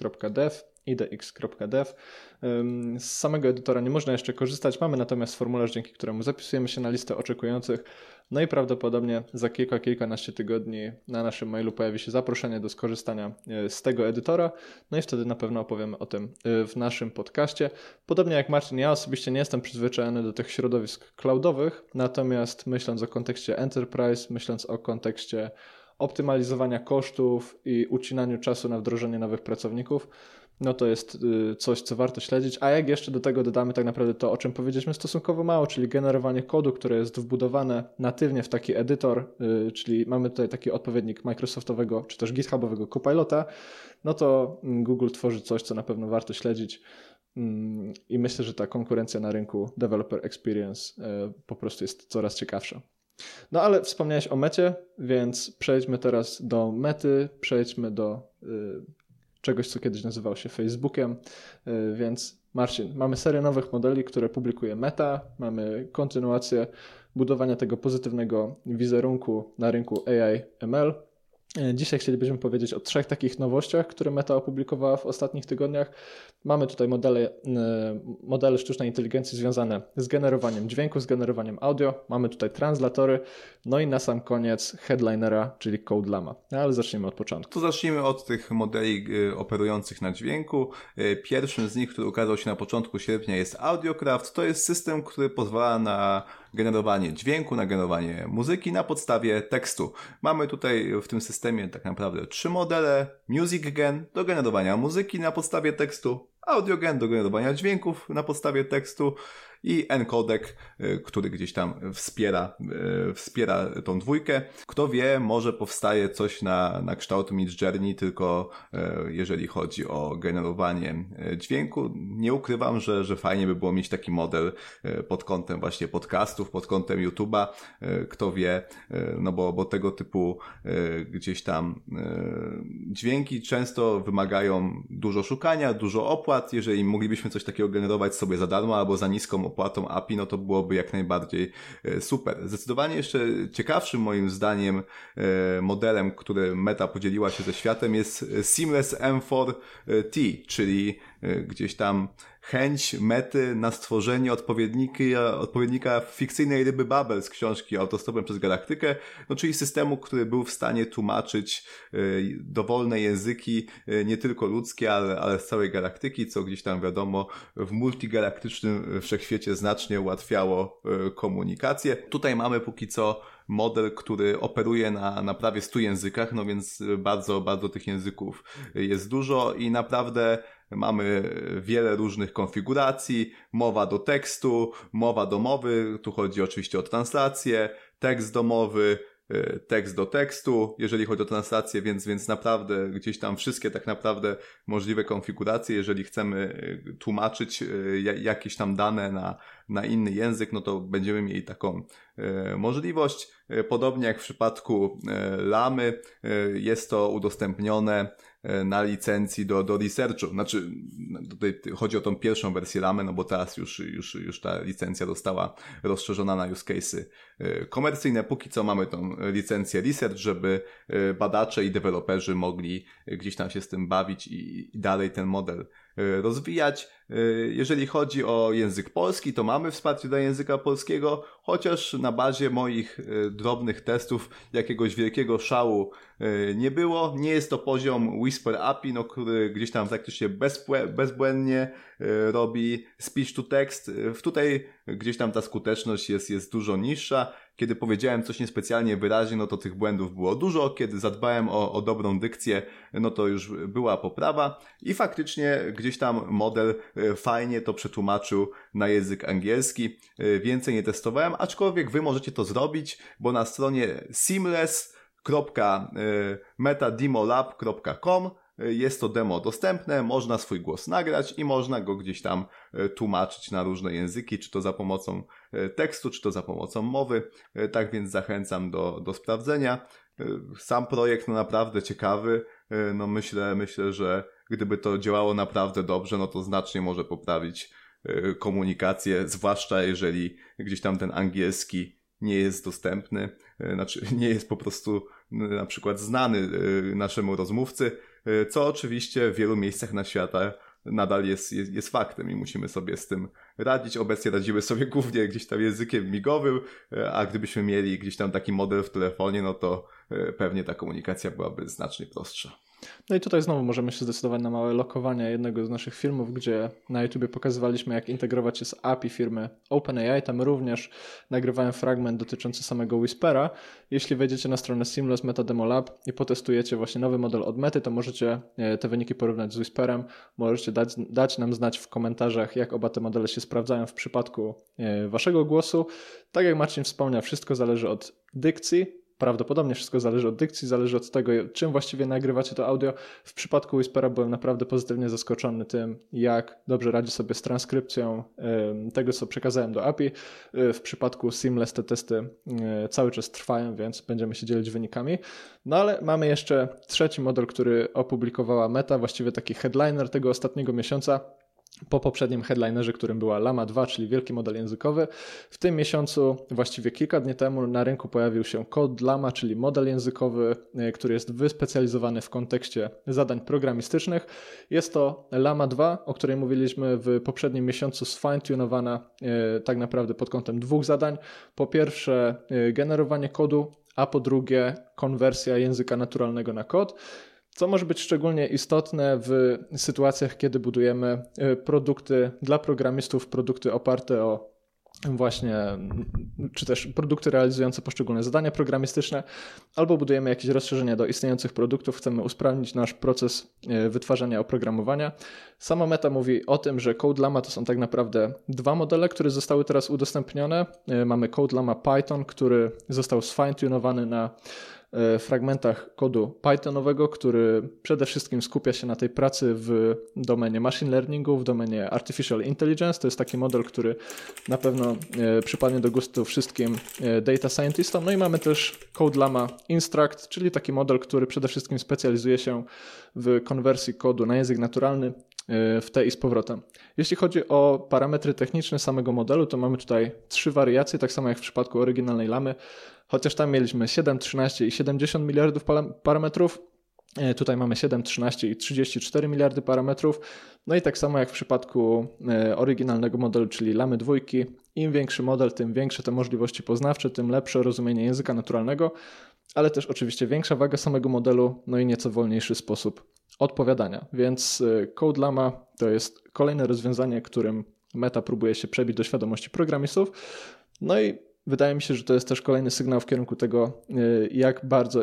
idx.dev. Z samego edytora nie można jeszcze korzystać, mamy natomiast formularz, dzięki któremu zapisujemy się na listę oczekujących, no i prawdopodobnie za kilkanaście tygodni na naszym mailu pojawi się zaproszenie do skorzystania z tego edytora, no i wtedy na pewno opowiemy o tym w naszym podcaście. Podobnie jak Marcin, ja osobiście nie jestem przyzwyczajony do tych środowisk cloudowych, natomiast myśląc o kontekście enterprise, myśląc o kontekście optymalizowania kosztów i ucinaniu czasu na wdrożenie nowych pracowników, no to jest coś, co warto śledzić. A jak jeszcze do tego dodamy tak naprawdę to, o czym powiedzieliśmy stosunkowo mało, czyli generowanie kodu, które jest wbudowane natywnie w taki edytor, czyli mamy tutaj taki odpowiednik Microsoftowego czy też GitHubowego Copilota, no to Google tworzy coś, co na pewno warto śledzić i myślę, że ta konkurencja na rynku Developer Experience po prostu jest coraz ciekawsza. No ale wspomniałeś o Mecie, więc przejdźmy teraz do Mety, przejdźmy do czegoś, co kiedyś nazywało się Facebookiem, więc Marcin, mamy serię nowych modeli, które publikuje Meta, mamy kontynuację budowania tego pozytywnego wizerunku na rynku AI ML. Dzisiaj chcielibyśmy powiedzieć o 3 takich nowościach, które Meta opublikowała w ostatnich tygodniach. Mamy tutaj modele sztucznej inteligencji związane z generowaniem dźwięku, z generowaniem audio. Mamy tutaj translatory, no i na sam koniec headlinera, czyli CodeLama. Ale zacznijmy od początku. To zacznijmy od tych modeli operujących na dźwięku. Pierwszym z nich, który ukazał się na początku sierpnia, jest AudioCraft. To jest system, który pozwala na generowanie dźwięku, na generowanie muzyki na podstawie tekstu. Mamy tutaj w tym systemie tak naprawdę 3 modele. MusicGen do generowania muzyki na podstawie tekstu, AudioGen do generowania dźwięków na podstawie tekstu i encodec, który gdzieś tam wspiera tą dwójkę. Kto wie, może powstaje coś na kształt Midjourney, tylko jeżeli chodzi o generowanie dźwięku. Nie ukrywam, że fajnie by było mieć taki model pod kątem właśnie podcastów, pod kątem YouTube'a. Kto wie, no bo tego typu gdzieś tam dźwięki często wymagają dużo szukania, dużo opłat. Jeżeli moglibyśmy coś takiego generować sobie za darmo albo za niską opłatą API, no to byłoby jak najbardziej super. Zdecydowanie jeszcze ciekawszym moim zdaniem modelem, który Meta podzieliła się ze światem, jest Seamless M4T, czyli gdzieś tam chęć Mety na stworzenie odpowiednika fikcyjnej ryby Babel z książki Autostopem przez Galaktykę, no czyli systemu, który był w stanie tłumaczyć dowolne języki, nie tylko ludzkie, ale z całej galaktyki, co gdzieś tam wiadomo w multigalaktycznym wszechświecie znacznie ułatwiało komunikację. Tutaj mamy póki co model, który operuje na prawie 100 językach, no więc bardzo, bardzo tych języków jest dużo i naprawdę mamy wiele różnych konfiguracji, mowa do tekstu, mowa do mowy, tu chodzi oczywiście o translację, tekst do mowy, tekst do tekstu, jeżeli chodzi o translację, więc naprawdę gdzieś tam wszystkie tak naprawdę możliwe konfiguracje, jeżeli chcemy tłumaczyć jakieś tam dane na inny język, no to będziemy mieli taką możliwość. Podobnie jak w przypadku Lamy, jest to udostępnione na licencji do researchu. Znaczy, tutaj chodzi o tą pierwszą wersję Lamy, no bo teraz już ta licencja została rozszerzona na use case'y komercyjne. Póki co mamy tą licencję research, żeby badacze i deweloperzy mogli gdzieś tam się z tym bawić i dalej ten model rozwijać. Jeżeli chodzi o język polski, to mamy wsparcie dla języka polskiego, chociaż na bazie moich drobnych testów jakiegoś wielkiego szału nie było. Nie jest to poziom Whisper API, no, który gdzieś tam praktycznie bezbłędnie robi speech to text. Tutaj gdzieś tam ta skuteczność jest dużo niższa. Kiedy powiedziałem coś niespecjalnie wyraźnie, no to tych błędów było dużo. Kiedy zadbałem o dobrą dykcję, no to już była poprawa. I faktycznie gdzieś tam model fajnie to przetłumaczył na język angielski. Więcej nie testowałem, aczkolwiek wy możecie to zrobić, bo na stronie seamless.metademolab.com jest to demo dostępne, można swój głos nagrać i można go gdzieś tam tłumaczyć na różne języki, czy to za pomocą tekstu, czy to za pomocą mowy. Tak więc zachęcam do sprawdzenia. Sam projekt no naprawdę ciekawy. No myślę, że gdyby to działało naprawdę dobrze, no to znacznie może poprawić komunikację, zwłaszcza jeżeli gdzieś tam ten angielski nie jest dostępny, znaczy nie jest po prostu na przykład znany naszemu rozmówcy, co oczywiście w wielu miejscach na świata nadal jest faktem i musimy sobie z tym radzić. Obecnie radzimy sobie głównie gdzieś tam językiem migowym, a gdybyśmy mieli gdzieś tam taki model w telefonie, no to pewnie ta komunikacja byłaby znacznie prostsza. No i tutaj znowu możemy się zdecydować na małe lokowanie jednego z naszych filmów, gdzie na YouTubie pokazywaliśmy, jak integrować się z API firmy OpenAI. Tam również nagrywałem fragment dotyczący samego Whispera. Jeśli wejdziecie na stronę Seamless Meta Demo Lab i potestujecie właśnie nowy model od Mety, to możecie te wyniki porównać z Whisperem. Możecie dać nam znać w komentarzach, jak oba te modele się sprawdzają w przypadku waszego głosu. Tak jak Marcin wspomniał, wszystko zależy od dykcji. Prawdopodobnie wszystko zależy od dykcji, zależy od tego, czym właściwie nagrywacie to audio. W przypadku Whispera byłem naprawdę pozytywnie zaskoczony tym, jak dobrze radzi sobie z transkrypcją tego, co przekazałem do API. W przypadku Seamless te testy cały czas trwają, więc będziemy się dzielić wynikami. No ale mamy jeszcze trzeci model, który opublikowała Meta, właściwie taki headliner tego ostatniego miesiąca. Po poprzednim headlinerze, którym była Llama 2, czyli wielki model językowy. W tym miesiącu, właściwie kilka dni temu, na rynku pojawił się Code Llama, czyli model językowy, który jest wyspecjalizowany w kontekście zadań programistycznych. Jest to Llama 2, o której mówiliśmy w poprzednim miesiącu, sfine-tunowana tak naprawdę pod kątem dwóch zadań. Po pierwsze generowanie kodu, a po drugie konwersja języka naturalnego na kod. Co może być szczególnie istotne w sytuacjach, kiedy budujemy produkty dla programistów, produkty oparte o właśnie, czy też produkty realizujące poszczególne zadania programistyczne, albo budujemy jakieś rozszerzenia do istniejących produktów, chcemy usprawnić nasz proces wytwarzania oprogramowania. Sama Meta mówi o tym, że Code Llama to są tak naprawdę dwa modele, które zostały teraz udostępnione. Mamy Code Llama Python, który został sfine-tunowany na fragmentach kodu Pythonowego, który przede wszystkim skupia się na tej pracy w domenie machine learningu, w domenie artificial intelligence. To jest taki model, który na pewno przypadnie do gustu wszystkim data scientistom. No i mamy też Code Llama Instruct, czyli taki model, który przede wszystkim specjalizuje się w konwersji kodu na język naturalny w te i z powrotem. Jeśli chodzi o parametry techniczne samego modelu, to mamy tutaj 3 wariacje, tak samo jak w przypadku oryginalnej Lamy, chociaż tam mieliśmy 7, 13 i 70 miliardów parametrów. Tutaj mamy 7, 13 i 34 miliardy parametrów. No i tak samo jak w przypadku oryginalnego modelu, czyli Lamy 2. Im większy model, tym większe te możliwości poznawcze, tym lepsze rozumienie języka naturalnego, ale też oczywiście większa waga samego modelu, no i nieco wolniejszy sposób odpowiadania. Więc Code Llama to jest kolejne rozwiązanie, którym Meta próbuje się przebić do świadomości programistów. No i wydaje mi się, że to jest też kolejny sygnał w kierunku tego, jak bardzo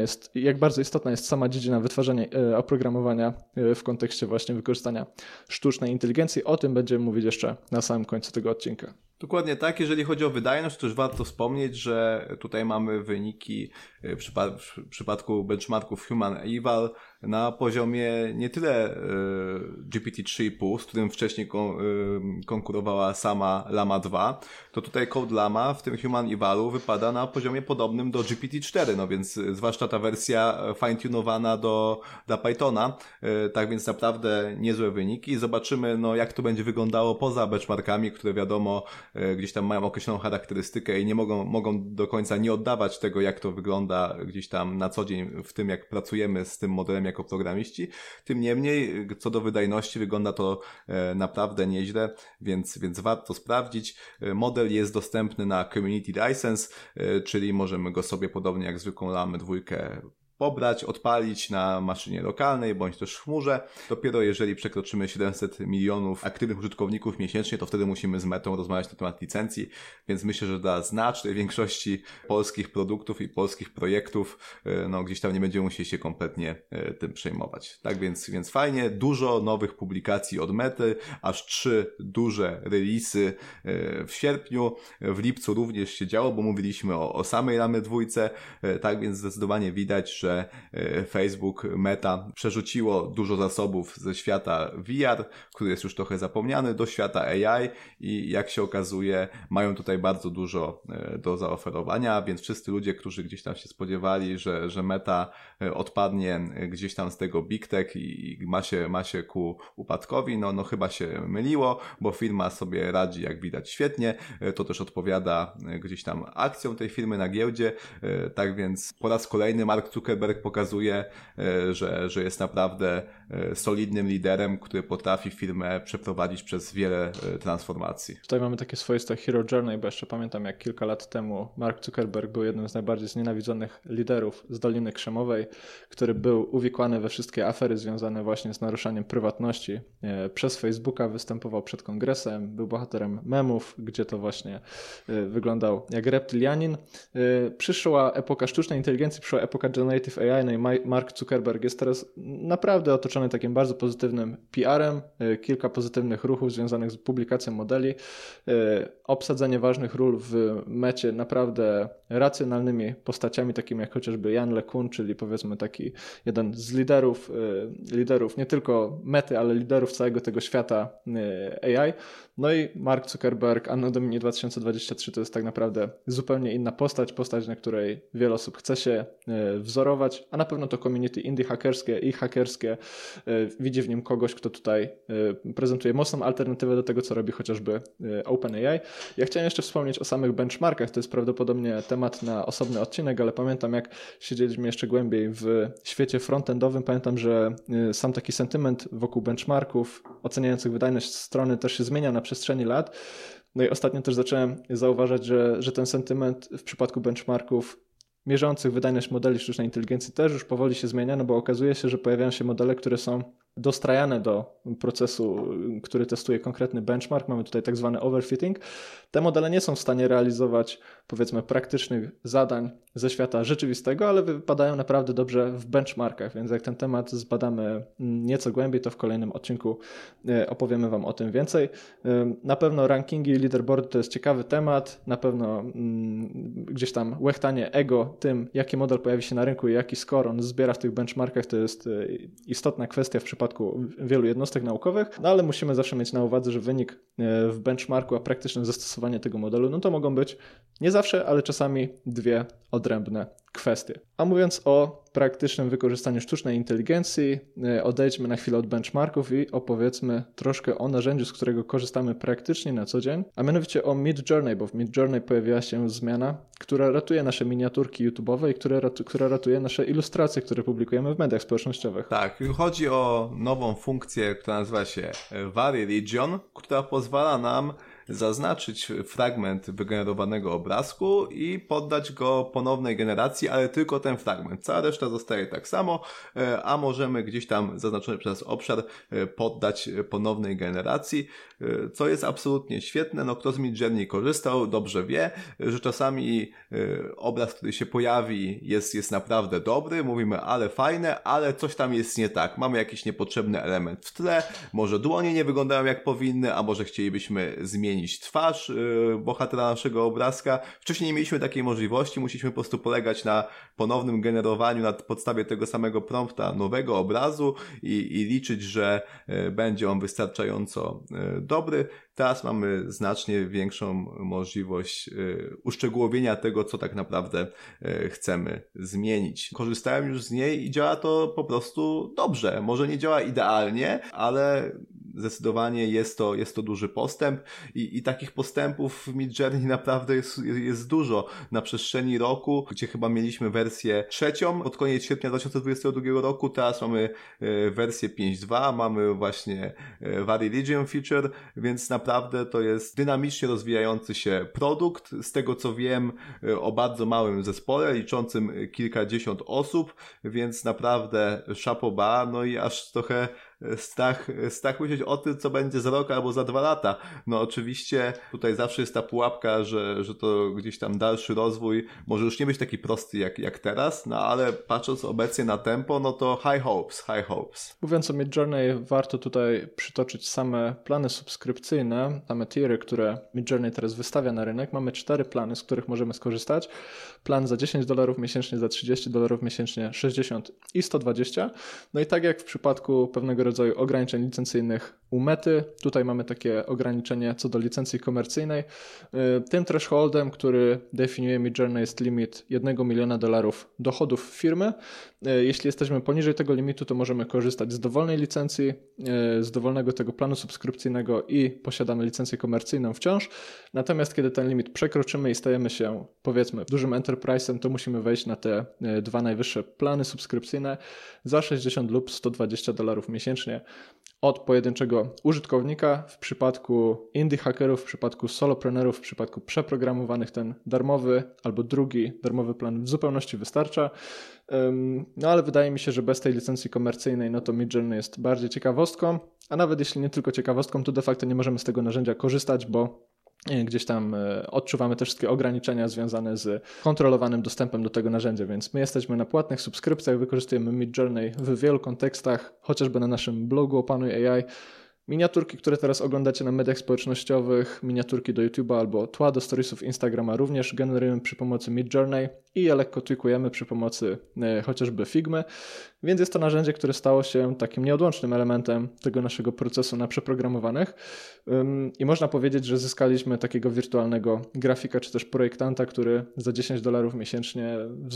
istotna jest sama dziedzina wytwarzania oprogramowania w kontekście właśnie wykorzystania sztucznej inteligencji. O tym będziemy mówić jeszcze na samym końcu tego odcinka. Dokładnie tak. Jeżeli chodzi o wydajność, to też warto wspomnieć, że tutaj mamy wyniki w przypadku benchmarków Human Eval na poziomie nie tyle GPT-3,5, z którym wcześniej konkurowała sama Llama 2, to tutaj Code Llama w tym Human Evalu wypada na poziomie podobnym do GPT-4, no więc zwłaszcza ta wersja fine-tunowana dla Pythona, tak więc naprawdę niezłe wyniki. Zobaczymy, no jak to będzie wyglądało poza benchmarkami, które wiadomo gdzieś tam mają określoną charakterystykę i nie mogą do końca nie oddawać tego, jak to wygląda gdzieś tam na co dzień w tym, jak pracujemy z tym modelem jako programiści. Tym niemniej, co do wydajności, wygląda to naprawdę nieźle, więc warto sprawdzić. Model jest dostępny na Community License, czyli możemy go sobie podobnie jak zwykłą Lamę 2 pobrać, odpalić na maszynie lokalnej bądź też w chmurze. Dopiero jeżeli przekroczymy 700 milionów aktywnych użytkowników miesięcznie, to wtedy musimy z Metą rozmawiać na temat licencji, więc myślę, że dla znacznej większości polskich produktów i polskich projektów no gdzieś tam nie będziemy musieli się kompletnie tym przejmować. Tak więc fajnie, dużo nowych publikacji od Mety, aż 3 duże releasy w sierpniu, w lipcu również się działo, bo mówiliśmy o samej Lamie 2, tak więc zdecydowanie widać, że że Facebook, Meta przerzuciło dużo zasobów ze świata VR, który jest już trochę zapomniany, do świata AI i jak się okazuje, mają tutaj bardzo dużo do zaoferowania, więc wszyscy ludzie, którzy gdzieś tam się spodziewali, że Meta odpadnie gdzieś tam z tego Big Tech i ma się ku upadkowi, no chyba się myliło, bo firma sobie radzi, jak widać, świetnie. To też odpowiada gdzieś tam akcją tej firmy na giełdzie. Tak więc po raz kolejny Mark Zuckerberg pokazuje, że jest naprawdę solidnym liderem, który potrafi firmę przeprowadzić przez wiele transformacji. Tutaj mamy takie swoiste hero journey, bo jeszcze pamiętam, jak kilka lat temu Mark Zuckerberg był jednym z najbardziej znienawidzonych liderów z Doliny Krzemowej, który był uwikłany we wszystkie afery związane właśnie z naruszaniem prywatności. Przez Facebooka występował przed kongresem, był bohaterem memów, gdzie to właśnie wyglądał jak reptylianin. Przyszła epoka sztucznej inteligencji, przyszła epoka generative AI, no i Mark Zuckerberg jest teraz naprawdę otoczony takim bardzo pozytywnym PR-em, kilka pozytywnych ruchów związanych z publikacją modeli, obsadzenie ważnych ról w Mecie naprawdę racjonalnymi postaciami, takimi jak chociażby Jan LeCun, czyli powiedzmy taki jeden z liderów nie tylko Mety, ale liderów całego tego świata AI. No i Mark Zuckerberg, Anno Domini 2023 to jest tak naprawdę zupełnie inna postać, na której wiele osób chce się wzorować, a na pewno to community indie hakerskie i hakerskie widzi w nim kogoś, kto tutaj prezentuje mocną alternatywę do tego, co robi chociażby OpenAI. Ja chciałem jeszcze wspomnieć o samych benchmarkach, to jest prawdopodobnie temat na osobny odcinek, ale pamiętam, jak siedzieliśmy jeszcze głębiej w świecie frontendowym, pamiętam, że sam taki sentyment wokół benchmarków oceniających wydajność strony też się zmienia na przestrzeni lat. No i ostatnio też zacząłem zauważać, że ten sentyment w przypadku benchmarków mierzących wydajność modeli sztucznej inteligencji też już powoli się zmienia, no bo okazuje się, że pojawiają się modele, które są dostrajane do procesu, który testuje konkretny benchmark. Mamy tutaj tak zwany overfitting. Te modele nie są w stanie realizować, powiedzmy, praktycznych zadań ze świata rzeczywistego, ale wypadają naprawdę dobrze w benchmarkach, więc jak ten temat zbadamy nieco głębiej, to w kolejnym odcinku opowiemy Wam o tym więcej. Na pewno rankingi i leaderboardy to jest ciekawy temat, na pewno gdzieś tam łechtanie ego tym, jaki model pojawi się na rynku i jaki score on zbiera w tych benchmarkach, to jest istotna kwestia w przypadku wielu jednostek naukowych, no ale musimy zawsze mieć na uwadze, że wynik w benchmarku, a praktyczne zastosowanie tego modelu, no to mogą być nie zawsze, ale czasami dwie odrębne kwestie. A mówiąc o praktycznym wykorzystaniu sztucznej inteligencji, odejdźmy na chwilę od benchmarków i opowiedzmy troszkę o narzędziu, z którego korzystamy praktycznie na co dzień, a mianowicie o Midjourney, bo w Midjourney pojawiła się zmiana, która ratuje nasze miniaturki YouTube'owe i która ratuje nasze ilustracje, które publikujemy w mediach społecznościowych. Tak, chodzi o nową funkcję, która nazywa się Vary Region, która pozwala nam zaznaczyć fragment wygenerowanego obrazku i poddać go ponownej generacji, ale tylko ten fragment. Cała reszta zostaje tak samo, a możemy gdzieś tam zaznaczony przez obszar poddać ponownej generacji, co jest absolutnie świetne. No, kto z Midjourney korzystał, dobrze wie, że czasami obraz, który się pojawi, jest naprawdę dobry, mówimy, ale fajne, ale coś tam jest nie tak. Mamy jakiś niepotrzebny element w tle, może dłonie nie wyglądają jak powinny, a może chcielibyśmy zmienić twarz bohatera naszego obrazka. Wcześniej nie mieliśmy takiej możliwości, musieliśmy po prostu polegać na ponownym generowaniu na podstawie tego samego prompta nowego obrazu i liczyć, że będzie on wystarczająco dobry. Teraz mamy znacznie większą możliwość uszczegółowienia tego, co tak naprawdę chcemy zmienić. Korzystałem już z niej i działa to po prostu dobrze. Może nie działa idealnie, ale zdecydowanie jest to duży postęp i takich postępów w Midjourney naprawdę jest dużo. Na przestrzeni roku, gdzie chyba mieliśmy wersję 3 pod koniec sierpnia 2022 roku, teraz mamy wersję 5.2, mamy właśnie Vary Region Feature, więc naprawdę to jest dynamicznie rozwijający się produkt. Z tego co wiem, o bardzo małym zespole, liczącym kilkadziesiąt osób, więc naprawdę chapeau bas, no i aż trochę strach myśleć o tym, co będzie za rok albo za 2 lata. No oczywiście tutaj zawsze jest ta pułapka, że to gdzieś tam dalszy rozwój może już nie być taki prosty jak teraz, no ale patrząc obecnie na tempo, no to high hopes. Mówiąc o Midjourney, warto tutaj przytoczyć same plany subskrypcyjne, same tiery, które Midjourney teraz wystawia na rynek. Mamy 4 plany, z których możemy skorzystać. Plan za $10 miesięcznie, za $30 miesięcznie, 60 i 120. No i tak jak w przypadku pewnego rodzaju ograniczeń licencyjnych u Mety, tutaj mamy takie ograniczenie co do licencji komercyjnej. Tym thresholdem, który definiuje Midjourney, jest limit $1 miliona dochodów firmy. Jeśli jesteśmy poniżej tego limitu, to możemy korzystać z dowolnej licencji, z dowolnego tego planu subskrypcyjnego i posiadamy licencję komercyjną wciąż. Natomiast kiedy ten limit przekroczymy i stajemy się, powiedzmy, dużym enterprise'em, to musimy wejść na te 2 najwyższe plany subskrypcyjne za 60 lub $120 miesięcznie od pojedynczego użytkownika. W przypadku indie hackerów, w przypadku solopreneurów, w przypadku przeprogramowanych ten darmowy albo drugi darmowy plan w zupełności wystarcza. No ale wydaje mi się, że bez tej licencji komercyjnej, no to Midjourney jest bardziej ciekawostką, a nawet jeśli nie tylko ciekawostką, to de facto nie możemy z tego narzędzia korzystać, bo gdzieś tam odczuwamy te wszystkie ograniczenia związane z kontrolowanym dostępem do tego narzędzia, więc my jesteśmy na płatnych subskrypcjach, wykorzystujemy Midjourney w wielu kontekstach, chociażby na naszym blogu Opanuj AI. Miniaturki, które teraz oglądacie na mediach społecznościowych, miniaturki do YouTube'a albo tła do storiesów Instagrama również generujemy przy pomocy Midjourney i je lekko tweakujemy przy pomocy chociażby Figmy, więc jest to narzędzie, które stało się takim nieodłącznym elementem tego naszego procesu na przeprogramowanych i można powiedzieć, że zyskaliśmy takiego wirtualnego grafika czy też projektanta, który za $10 miesięcznie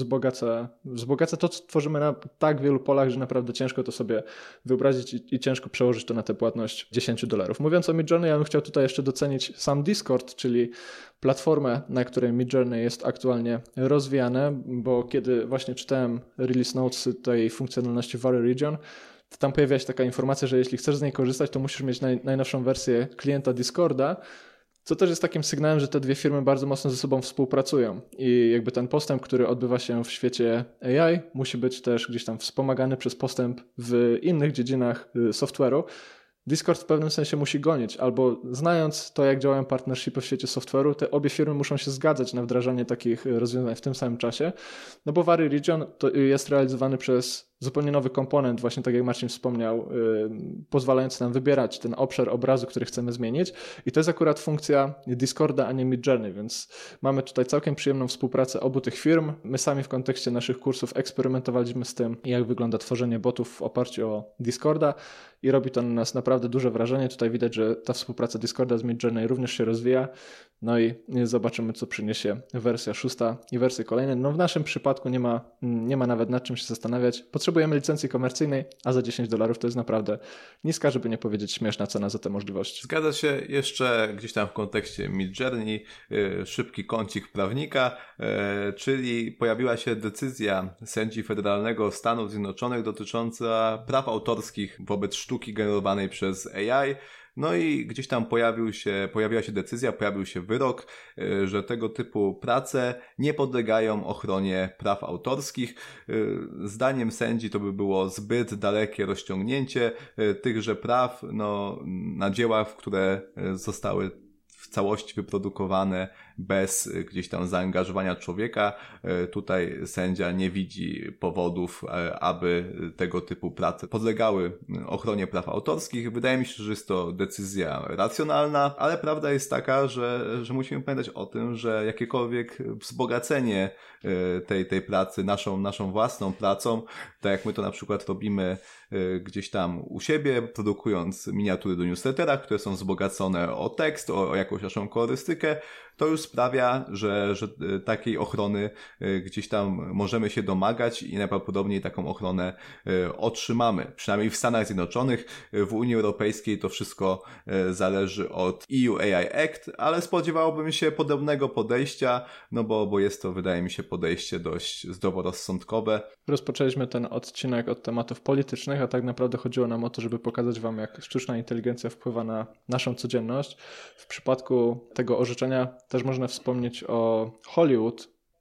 wzbogaca to, co tworzymy na tak wielu polach, że naprawdę ciężko to sobie wyobrazić i ciężko przełożyć to na tę płatność $10. Mówiąc o Midjourney, ja bym chciał tutaj jeszcze docenić sam Discord, czyli platformę, na której Midjourney jest aktualnie rozwijane, bo kiedy właśnie czytałem release notes tej funkcjonalności Vary Region, to tam pojawia się taka informacja, że jeśli chcesz z niej korzystać, to musisz mieć najnowszą wersję klienta Discorda, co też jest takim sygnałem, że te dwie firmy bardzo mocno ze sobą współpracują i jakby ten postęp, który odbywa się w świecie AI, musi być też gdzieś tam wspomagany przez postęp w innych dziedzinach software'u. Discord w pewnym sensie musi gonić, albo znając to, jak działają partnershipy w świecie software'u, te obie firmy muszą się zgadzać na wdrażanie takich rozwiązań w tym samym czasie, no bo Vary Region to jest realizowany przez zupełnie nowy komponent, właśnie tak jak Marcin wspomniał, pozwalający nam wybierać ten obszar obrazu, który chcemy zmienić i to jest akurat funkcja Discorda, a nie Midjourney, więc mamy tutaj całkiem przyjemną współpracę obu tych firm. My sami w kontekście naszych kursów eksperymentowaliśmy z tym, jak wygląda tworzenie botów w oparciu o Discorda i robi to na nas naprawdę duże wrażenie. Tutaj widać, że ta współpraca Discorda z Midjourney również się rozwija. No i zobaczymy, co przyniesie wersja 6 i wersje kolejne. No w naszym przypadku nie ma nawet nad czym się zastanawiać. Potrzebujemy licencji komercyjnej, a za $10 to jest naprawdę niska, żeby nie powiedzieć śmieszna cena za te możliwości. Zgadza się. Jeszcze gdzieś tam w kontekście Midjourney szybki kącik prawnika, czyli pojawiła się decyzja sędzi federalnego Stanów Zjednoczonych dotycząca praw autorskich wobec sztuki generowanej przez AI. No i gdzieś tam pojawiła się decyzja, pojawił się wyrok, że tego typu prace nie podlegają ochronie praw autorskich. Zdaniem sędzi to by było zbyt dalekie rozciągnięcie tychże praw na dzieła, które zostały w całości wyprodukowane bez gdzieś tam zaangażowania człowieka. Tutaj sędzia nie widzi powodów, aby tego typu prace podlegały ochronie praw autorskich. Wydaje mi się, że jest to decyzja racjonalna, ale prawda jest taka, że musimy pamiętać o tym, że jakiekolwiek wzbogacenie tej pracy naszą własną pracą, tak jak my to na przykład robimy gdzieś tam u siebie, produkując miniatury do newslettera, które są wzbogacone o tekst, o jakąś naszą kolorystykę, to już sprawia, że takiej ochrony gdzieś tam możemy się domagać i najprawdopodobniej taką ochronę otrzymamy. Przynajmniej w Stanach Zjednoczonych, w Unii Europejskiej to wszystko zależy od EU AI Act, ale spodziewałbym się podobnego podejścia, bo jest to, wydaje mi się, podejście dość zdroworozsądkowe. Rozpoczęliśmy ten odcinek od tematów politycznych, a tak naprawdę chodziło nam o to, żeby pokazać wam, jak sztuczna inteligencja wpływa na naszą codzienność. W przypadku tego orzeczenia też można wspomnieć o Hollywood,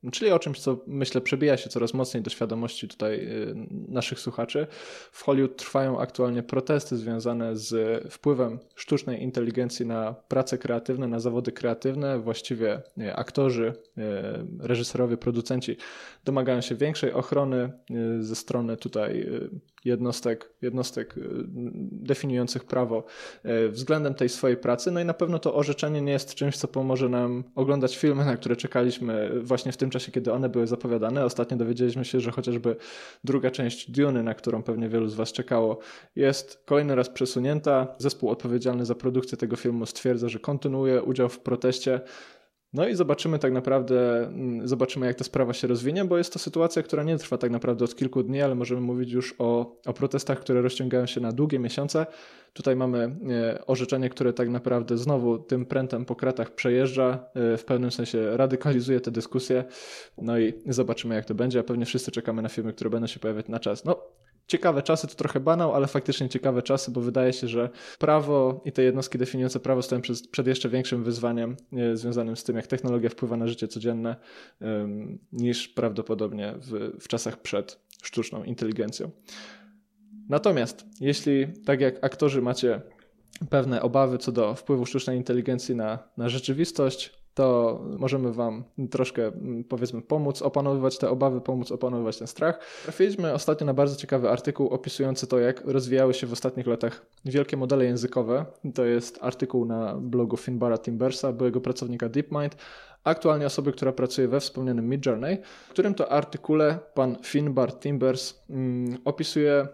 czyli o czymś, co myślę przebija się coraz mocniej do świadomości tutaj naszych słuchaczy. W Hollywood trwają aktualnie protesty związane z wpływem sztucznej inteligencji na prace kreatywne, na zawody kreatywne. Właściwie aktorzy, reżyserowie, producenci domagają się większej ochrony ze strony tutaj jednostek definiujących prawo względem tej swojej pracy. No i na pewno to orzeczenie nie jest czymś, co pomoże nam oglądać filmy, na które czekaliśmy właśnie w tym czasie, kiedy one były zapowiadane. Ostatnio dowiedzieliśmy się, że chociażby druga część Duny, na którą pewnie wielu z was czekało, jest kolejny raz przesunięta. Zespół odpowiedzialny za produkcję tego filmu stwierdza, że kontynuuje udział w proteście. No i zobaczymy jak ta sprawa się rozwinie, bo jest to sytuacja, która nie trwa tak naprawdę od kilku dni, ale możemy mówić już o protestach, które rozciągają się na długie miesiące. Tutaj mamy orzeczenie, które tak naprawdę znowu tym prętem po kratach przejeżdża, w pewnym sensie radykalizuje tę dyskusję. No i zobaczymy, jak to będzie, a pewnie wszyscy czekamy na filmy, które będą się pojawiać na czas. No, ciekawe czasy, to trochę banał, ale faktycznie ciekawe czasy, bo wydaje się, że prawo i te jednostki definiujące prawo stoją przed jeszcze większym wyzwaniem związanym z tym, jak technologia wpływa na życie codzienne, niż prawdopodobnie w czasach przed sztuczną inteligencją. Natomiast jeśli, tak jak aktorzy, macie pewne obawy co do wpływu sztucznej inteligencji na rzeczywistość, to możemy wam troszkę, powiedzmy, pomóc opanowywać te obawy, pomóc opanowywać ten strach. Trafiliśmy ostatnio na bardzo ciekawy artykuł opisujący to, jak rozwijały się w ostatnich latach wielkie modele językowe. To jest artykuł na blogu Finbara Timbersa, byłego pracownika DeepMind, aktualnie osoby, która pracuje we wspomnianym Midjourney, w którym to artykule pan Finbar Timbers opisuje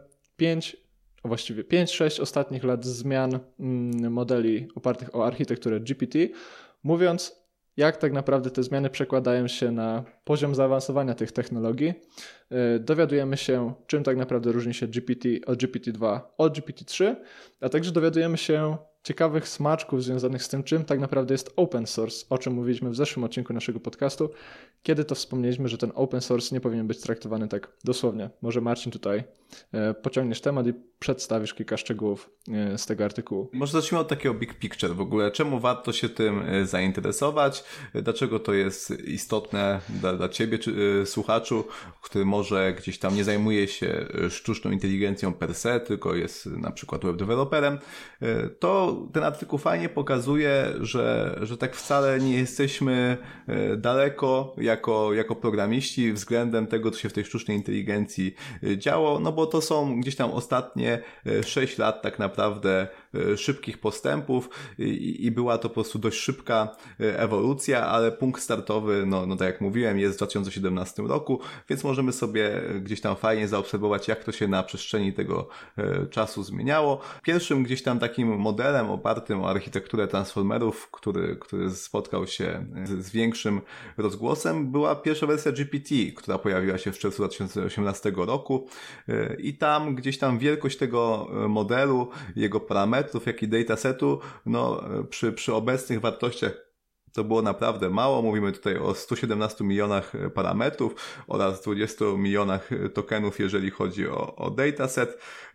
5-6 ostatnich lat zmian modeli opartych o architekturę GPT, mówiąc, jak tak naprawdę te zmiany przekładają się na poziom zaawansowania tych technologii. Dowiadujemy się, czym tak naprawdę różni się GPT od GPT-2 od GPT-3, a także dowiadujemy się ciekawych smaczków związanych z tym, czym tak naprawdę jest open source, o czym mówiliśmy w zeszłym odcinku naszego podcastu, kiedy to wspomnieliśmy, że ten open source nie powinien być traktowany tak dosłownie. Może Marcin tutaj pociągniesz temat i przedstawisz kilka szczegółów z tego artykułu. Może zacznijmy od takiego big picture w ogóle. Czemu warto się tym zainteresować? Dlaczego to jest istotne dla ciebie, słuchaczu, który może gdzieś tam nie zajmuje się sztuczną inteligencją per se, tylko jest na przykład web developerem? To ten artykuł fajnie pokazuje, że tak wcale nie jesteśmy daleko jako programiści względem tego, co się w tej sztucznej inteligencji działo, no bo to są gdzieś tam ostatnie 6 lat tak naprawdę szybkich postępów i była to po prostu dość szybka ewolucja, ale punkt startowy, no tak jak mówiłem, jest w 2017 roku, więc możemy sobie gdzieś tam fajnie zaobserwować, jak to się na przestrzeni tego czasu zmieniało. Pierwszym gdzieś tam takim modelem opartym o architekturę transformerów, który spotkał się z większym rozgłosem, była pierwsza wersja GPT, która pojawiła się w czerwcu 2018 roku i tam gdzieś tam wielkość tego modelu, jego parametrów, jak i datasetu, no przy obecnych wartościach to było naprawdę mało. Mówimy tutaj o 117 milionach parametrów oraz 20 milionach tokenów, jeżeli chodzi o dataset.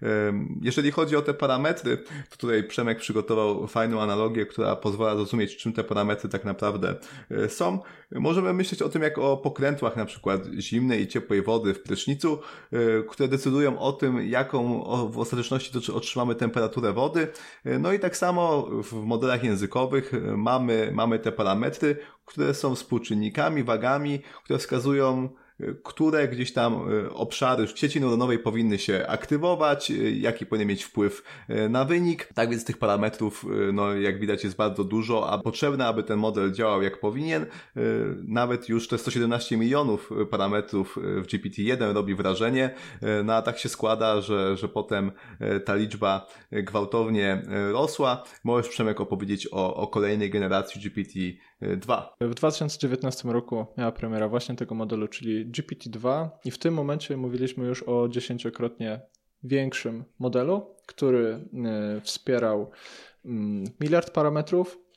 Jeżeli chodzi o te parametry, to tutaj Przemek przygotował fajną analogię, która pozwala zrozumieć, czym te parametry tak naprawdę są. Możemy myśleć o tym jak o pokrętłach na przykład zimnej i ciepłej wody w prysznicu, które decydują o tym, jaką w ostateczności otrzymamy temperaturę wody. No i tak samo w modelach językowych mamy te parametry, które są współczynnikami, wagami, które wskazują, które gdzieś tam obszary sieci neuronowej powinny się aktywować, jaki powinien mieć wpływ na wynik. Tak więc tych parametrów, no jak widać, jest bardzo dużo, a potrzebne, aby ten model działał jak powinien. Nawet już te 117 milionów parametrów w GPT-1 robi wrażenie, no a tak się składa, że potem ta liczba gwałtownie rosła. Możesz, Przemek, opowiedzieć o kolejnej generacji GPT-2. W 2019 roku miała premiera właśnie tego modelu, czyli GPT-2 i w tym momencie mówiliśmy już o 10-krotnie większym modelu, który wspierał miliard parametrów,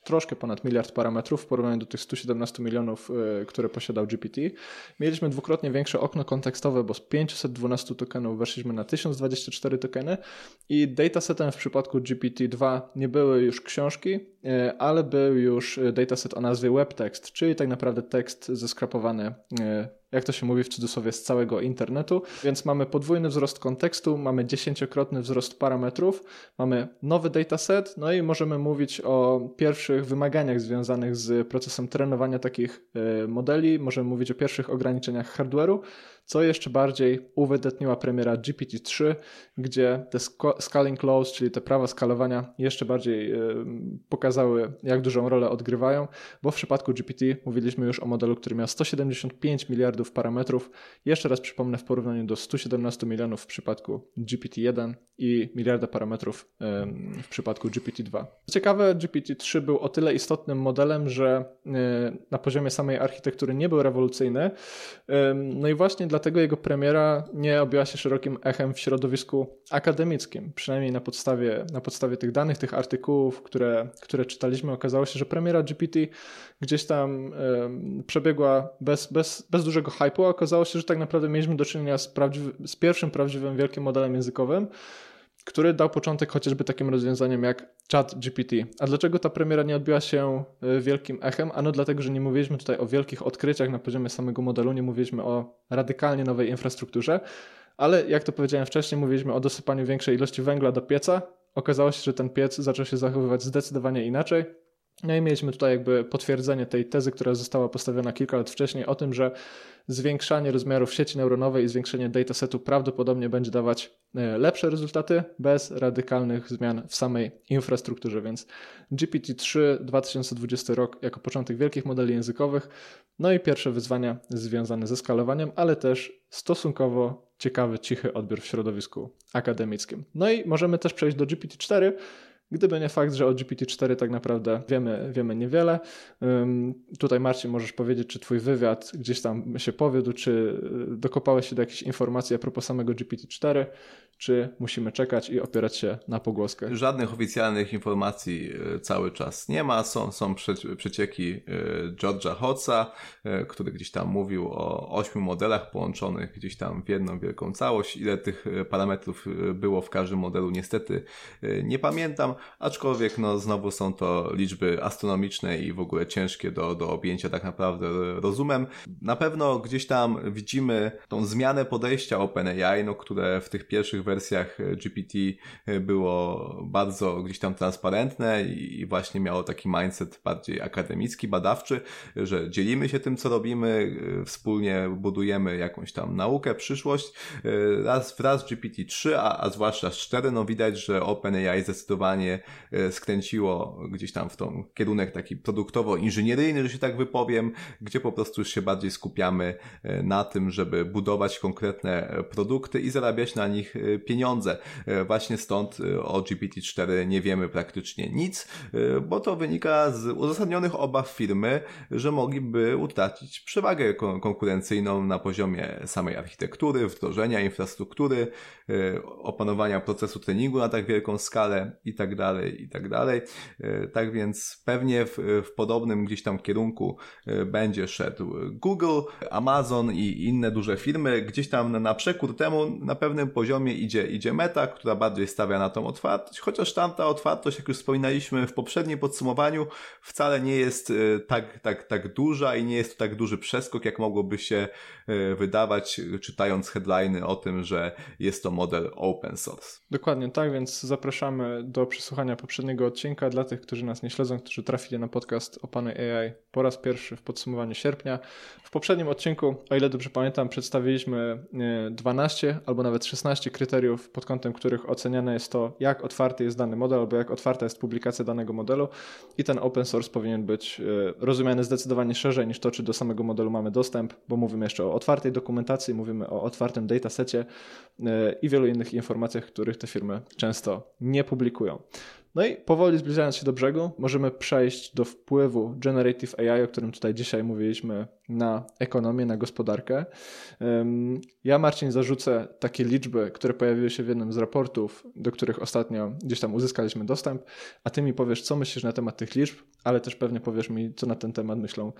troszkę ponad miliard parametrów w porównaniu do tych 117 milionów, które posiadał GPT. Mieliśmy dwukrotnie większe okno kontekstowe, bo z 512 tokenów weszliśmy na 1024 tokeny i datasetem w przypadku GPT-2 nie były już książki, ale był już dataset o nazwie WebText, czyli tak naprawdę tekst zeskrapowany, jak to się mówi w cudzysłowie, z całego internetu, więc mamy podwójny wzrost kontekstu, mamy 10-krotny wzrost parametrów, mamy nowy dataset, no i możemy mówić o pierwszych wymaganiach związanych z procesem trenowania takich modeli, możemy mówić o pierwszych ograniczeniach hardware'u, co jeszcze bardziej uwydatniła premiera GPT-3, gdzie te scaling laws, czyli te prawa skalowania jeszcze bardziej pokazały, jak dużą rolę odgrywają, bo w przypadku GPT mówiliśmy już o modelu, który miał 175 miliardów parametrów. Jeszcze raz przypomnę, w porównaniu do 117 milionów w przypadku GPT-1 i miliarda parametrów w przypadku GPT-2. Ciekawe, GPT-3 był o tyle istotnym modelem, że na poziomie samej architektury nie był rewolucyjny. No i właśnie dlatego jego premiera nie objęła się szerokim echem w środowisku akademickim. Przynajmniej na podstawie tych danych, tych artykułów, które czytaliśmy, okazało się, że premiera GPT gdzieś tam przebiegła bez dużego hype'u, a okazało się, że tak naprawdę mieliśmy do czynienia z pierwszym prawdziwym wielkim modelem językowym, który dał początek chociażby takim rozwiązaniom jak ChatGPT. A dlaczego ta premiera nie odbiła się wielkim echem? Ano dlatego, że nie mówiliśmy tutaj o wielkich odkryciach na poziomie samego modelu, nie mówiliśmy o radykalnie nowej infrastrukturze, ale jak to powiedziałem wcześniej, mówiliśmy o dosypaniu większej ilości węgla do pieca. Okazało się, że ten piec zaczął się zachowywać zdecydowanie inaczej. No i mieliśmy tutaj jakby potwierdzenie tej tezy, która została postawiona kilka lat wcześniej o tym, że zwiększanie rozmiarów sieci neuronowej i zwiększenie datasetu prawdopodobnie będzie dawać lepsze rezultaty bez radykalnych zmian w samej infrastrukturze, więc GPT-3 2020 rok jako początek wielkich modeli językowych, no i pierwsze wyzwania związane ze skalowaniem, ale też stosunkowo ciekawy, cichy odbiór w środowisku akademickim. No i możemy też przejść do GPT-4, gdyby nie fakt, że o GPT-4 tak naprawdę wiemy niewiele. Tutaj Marcin, możesz powiedzieć, czy twój wywiad gdzieś tam się powiódł, czy dokopałeś się do jakichś informacji a propos samego GPT-4, czy musimy czekać i opierać się na pogłoskach? Żadnych oficjalnych informacji cały czas nie ma. Są przecieki George'a Hotza, który gdzieś tam mówił o 8 modelach połączonych gdzieś tam w jedną wielką całość. Ile tych parametrów było w każdym modelu, niestety nie pamiętam, aczkolwiek no znowu są to liczby astronomiczne i w ogóle ciężkie do objęcia tak naprawdę rozumem. Na pewno gdzieś tam widzimy tą zmianę podejścia OpenAI, no, które w tych pierwszych wersjach GPT było bardzo gdzieś tam transparentne i właśnie miało taki mindset bardziej akademicki, badawczy, że dzielimy się tym, co robimy, wspólnie budujemy jakąś tam naukę, przyszłość. Wraz z GPT-3, a zwłaszcza z 4, no widać, że OpenAI zdecydowanie skręciło gdzieś tam w tą kierunek taki produktowo-inżynieryjny, że się tak wypowiem, gdzie po prostu już się bardziej skupiamy na tym, żeby budować konkretne produkty i zarabiać na nich pieniądze. Właśnie stąd o GPT-4 nie wiemy praktycznie nic, bo to wynika z uzasadnionych obaw firmy, że mogliby utracić przewagę konkurencyjną na poziomie samej architektury, wdrożenia infrastruktury, opanowania procesu treningu na tak wielką skalę i tak dalej, i tak dalej. Tak więc pewnie w podobnym gdzieś tam kierunku będzie szedł Google, Amazon i inne duże firmy. Gdzieś tam na przekór temu na pewnym poziomie idzie Meta, która bardziej stawia na tą otwartość, chociaż tamta otwartość, jak już wspominaliśmy w poprzednim podsumowaniu, wcale nie jest tak duża i nie jest to tak duży przeskok, jak mogłoby się wydawać, czytając headliny o tym, że jest to model open source. Dokładnie tak, więc zapraszamy do przesłuchania poprzedniego odcinka dla tych, którzy nas nie śledzą, którzy trafili na podcast Opanuj AI po raz pierwszy w podsumowaniu sierpnia. W poprzednim odcinku, o ile dobrze pamiętam, przedstawiliśmy 12 albo nawet 16 kryteriów, pod kątem których oceniane jest to, jak otwarty jest dany model albo jak otwarta jest publikacja danego modelu i ten open source powinien być rozumiany zdecydowanie szerzej niż to, czy do samego modelu mamy dostęp, bo mówimy jeszcze o otwartej dokumentacji, mówimy o otwartym datasecie i wielu innych informacjach, których te firmy często nie publikują. No i powoli zbliżając się do brzegu, możemy przejść do wpływu Generative AI, o którym tutaj dzisiaj mówiliśmy, na ekonomię, na gospodarkę. Ja, Marcin, zarzucę takie liczby, które pojawiły się w jednym z raportów, do których ostatnio gdzieś tam uzyskaliśmy dostęp, a ty mi powiesz, co myślisz na temat tych liczb, ale też pewnie powiesz mi, co na ten temat myślą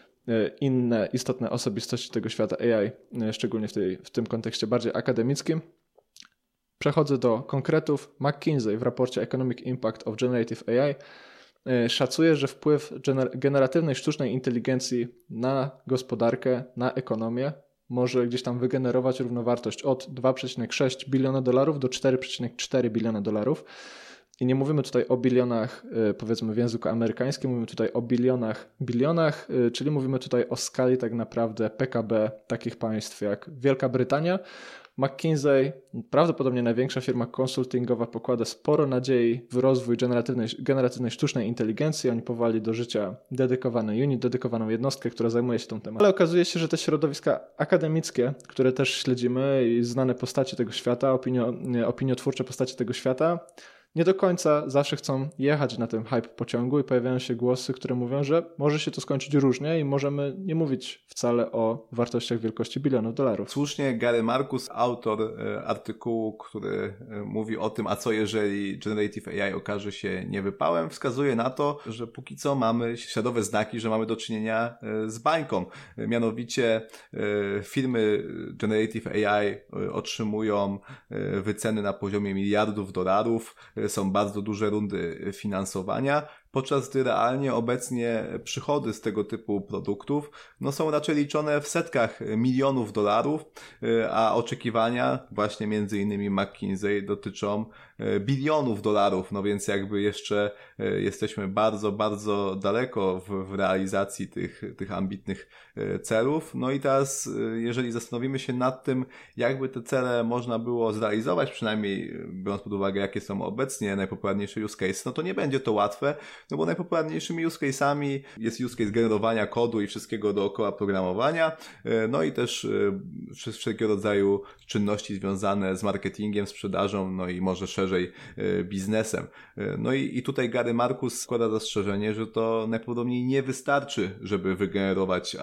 inne istotne osobistości tego świata AI, szczególnie w tym kontekście bardziej akademickim. Przechodzę do konkretów. McKinsey w raporcie Economic Impact of Generative AI szacuje, że wpływ generatywnej sztucznej inteligencji na gospodarkę, na ekonomię może gdzieś tam wygenerować równowartość od 2,6 biliona dolarów do 4,4 biliona dolarów. I nie mówimy tutaj o bilionach, powiedzmy w języku amerykańskim, mówimy tutaj o bilionach, czyli mówimy tutaj o skali tak naprawdę PKB takich państw jak Wielka Brytania. McKinsey, prawdopodobnie największa firma konsultingowa, pokłada sporo nadziei w rozwój generatywnej sztucznej inteligencji. Oni powołali do życia dedykowany unit, dedykowaną jednostkę, która zajmuje się tym tematem. Ale okazuje się, że te środowiska akademickie, które też śledzimy i znane postacie tego świata, opiniotwórcze postacie tego świata, nie do końca zawsze chcą jechać na tym hype pociągu i pojawiają się głosy, które mówią, że może się to skończyć różnie i możemy nie mówić wcale o wartościach wielkości bilionów dolarów. Słusznie Gary Marcus, autor artykułu, który mówi o tym, a co jeżeli Generative AI okaże się niewypałem, wskazuje na to, że póki co mamy śladowe znaki, że mamy do czynienia z bańką. Mianowicie firmy Generative AI otrzymują wyceny na poziomie miliardów dolarów, są bardzo duże rundy finansowania, podczas gdy realnie obecnie przychody z tego typu produktów są raczej liczone w setkach milionów dolarów, a oczekiwania właśnie między innymi McKinsey dotyczą bilionów dolarów, więc jakby jeszcze jesteśmy bardzo, bardzo daleko w realizacji tych ambitnych celów. No i teraz, jeżeli zastanowimy się nad tym, jakby te cele można było zrealizować, przynajmniej biorąc pod uwagę, jakie są obecnie najpopularniejsze use case, to nie będzie to łatwe, bo najpopularniejszymi use case'ami jest use case generowania kodu i wszystkiego dookoła programowania, no i też wszelkiego rodzaju czynności związane z marketingiem, sprzedażą, i może szerzej biznesem. No i tutaj Gary Marcus składa zastrzeżenie, że to najprawdopodobniej nie wystarczy, żeby wygenerować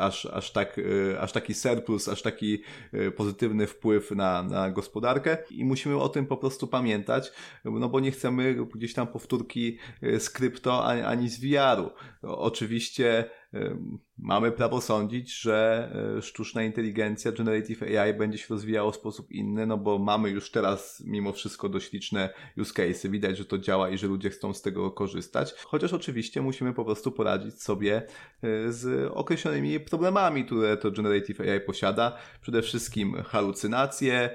aż taki surplus, aż taki pozytywny wpływ na gospodarkę i musimy o tym po prostu pamiętać, bo nie chcemy gdzieś tam powtórki z krypto ani z VR-u. Oczywiście mamy prawo sądzić, że sztuczna inteligencja, Generative AI będzie się rozwijało w sposób inny, bo mamy już teraz mimo wszystko dość liczne use case'y. Widać, że to działa i że ludzie chcą z tego korzystać. Chociaż oczywiście musimy po prostu poradzić sobie z określonymi problemami, które to Generative AI posiada. Przede wszystkim halucynacje,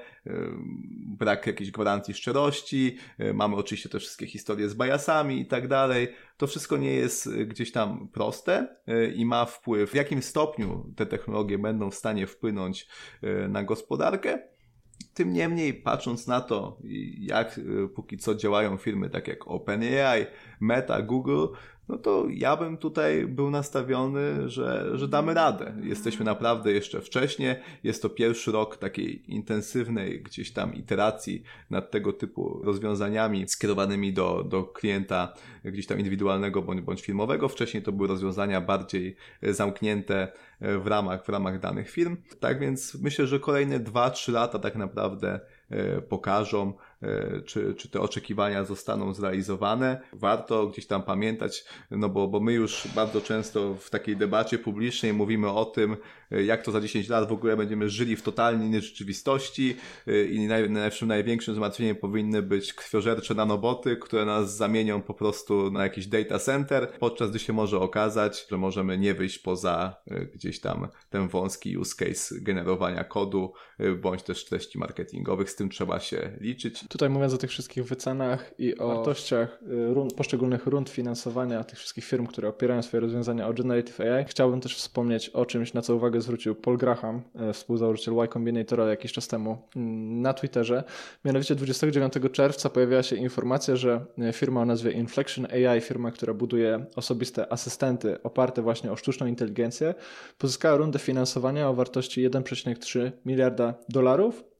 brak jakiejś gwarancji szczerości, mamy oczywiście te wszystkie historie z biasami i tak dalej. To wszystko nie jest gdzieś tam proste i ma wpływ, w jakim stopniu te technologie będą w stanie wpłynąć na gospodarkę. Tym niemniej, patrząc na to, jak póki co działają firmy takie jak OpenAI, Meta, Google, to ja bym tutaj był nastawiony, że damy radę. Jesteśmy naprawdę jeszcze wcześnie. Jest to pierwszy rok takiej intensywnej gdzieś tam iteracji nad tego typu rozwiązaniami skierowanymi do klienta gdzieś tam indywidualnego bądź firmowego. Wcześniej to były rozwiązania bardziej zamknięte w ramach danych firm. Tak więc myślę, że kolejne 2-3 lata tak naprawdę pokażą, czy te oczekiwania zostaną zrealizowane. Warto gdzieś tam pamiętać, bo my już bardzo często w takiej debacie publicznej mówimy o tym, jak to za 10 lat w ogóle będziemy żyli w totalnie innej rzeczywistości i naszym największym zmartwieniem powinny być krwiożercze nanoboty, które nas zamienią po prostu na jakiś data center, podczas gdy się może okazać, że możemy nie wyjść poza gdzieś tam ten wąski use case generowania kodu, bądź też treści marketingowych. Z tym trzeba się liczyć. Tutaj mówiąc o tych wszystkich wycenach i o wartościach poszczególnych rund finansowania tych wszystkich firm, które opierają swoje rozwiązania o Generative AI, chciałbym też wspomnieć o czymś, na co uwagę zwrócił Paul Graham, współzałożyciel Y Combinatora jakiś czas temu na Twitterze. Mianowicie 29 czerwca pojawiła się informacja, że firma o nazwie Inflection AI, firma, która buduje osobiste asystenty oparte właśnie o sztuczną inteligencję, pozyskała rundę finansowania o wartości 1,3 miliarda dolarów.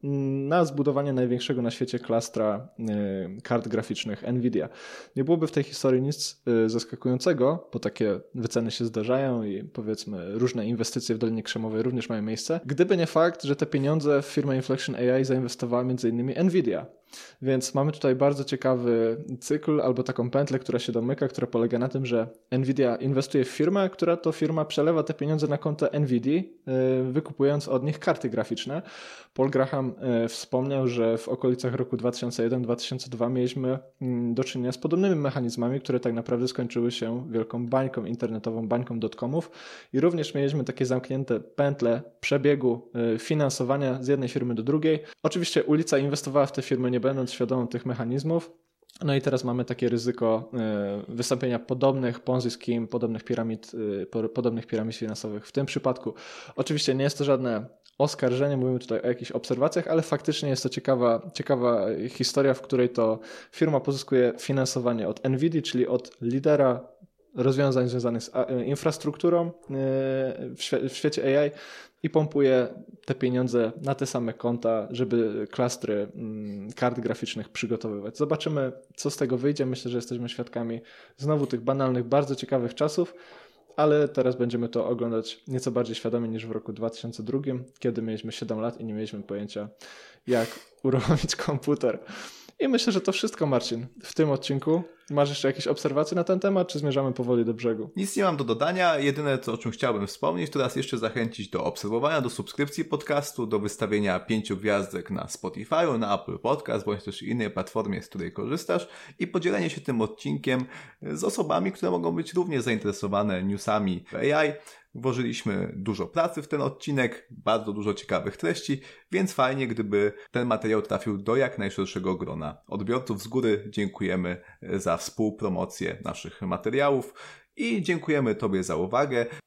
na zbudowanie największego na świecie klastra kart graficznych NVIDIA. Nie byłoby w tej historii nic zaskakującego, bo takie wyceny się zdarzają i powiedzmy różne inwestycje w Dolinie Krzemowej również mają miejsce, gdyby nie fakt, że te pieniądze w firmę Inflection AI zainwestowała m.in. NVIDIA. Więc mamy tutaj bardzo ciekawy cykl albo taką pętlę, która się domyka, która polega na tym, że NVIDIA inwestuje w firmę, która to firma przelewa te pieniądze na konto NVIDIA, wykupując od nich karty graficzne. Paul Graham wspomniał, że w okolicach roku 2001-2002 mieliśmy do czynienia z podobnymi mechanizmami, które tak naprawdę skończyły się wielką bańką internetową, bańką dotcomów i również mieliśmy takie zamknięte pętle przebiegu finansowania z jednej firmy do drugiej. Oczywiście ulica inwestowała w te firmy, nie będąc świadomą tych mechanizmów. No i teraz mamy takie ryzyko wystąpienia podobnych Ponzi scheme, podobnych piramid finansowych w tym przypadku. Oczywiście nie jest to żadne oskarżenie, mówimy tutaj o jakichś obserwacjach, ale faktycznie jest to ciekawa historia, w której to firma pozyskuje finansowanie od NVIDIA, czyli od lidera rozwiązań związanych z infrastrukturą w świecie AI i pompuje te pieniądze na te same konta, żeby klastry kart graficznych przygotowywać. Zobaczymy, co z tego wyjdzie. Myślę, że jesteśmy świadkami znowu tych banalnych, bardzo ciekawych czasów, ale teraz będziemy to oglądać nieco bardziej świadomie niż w roku 2002, kiedy mieliśmy 7 lat i nie mieliśmy pojęcia, jak uruchomić komputer. I myślę, że to wszystko, Marcin, w tym odcinku. Masz jeszcze jakieś obserwacje na ten temat, czy zmierzamy powoli do brzegu? Nic nie mam do dodania. Jedyne, o czym chciałbym wspomnieć, to raz jeszcze zachęcić do obserwowania, do subskrypcji podcastu, do wystawienia 5 gwiazdek na Spotify, na Apple Podcast, bądź też innej platformie, z której korzystasz i podzielenie się tym odcinkiem z osobami, które mogą być również zainteresowane newsami w AI. Włożyliśmy dużo pracy w ten odcinek, bardzo dużo ciekawych treści, więc fajnie, gdyby ten materiał trafił do jak najszerszego grona odbiorców. Z góry dziękujemy za współpromocję naszych materiałów i dziękujemy Tobie za uwagę.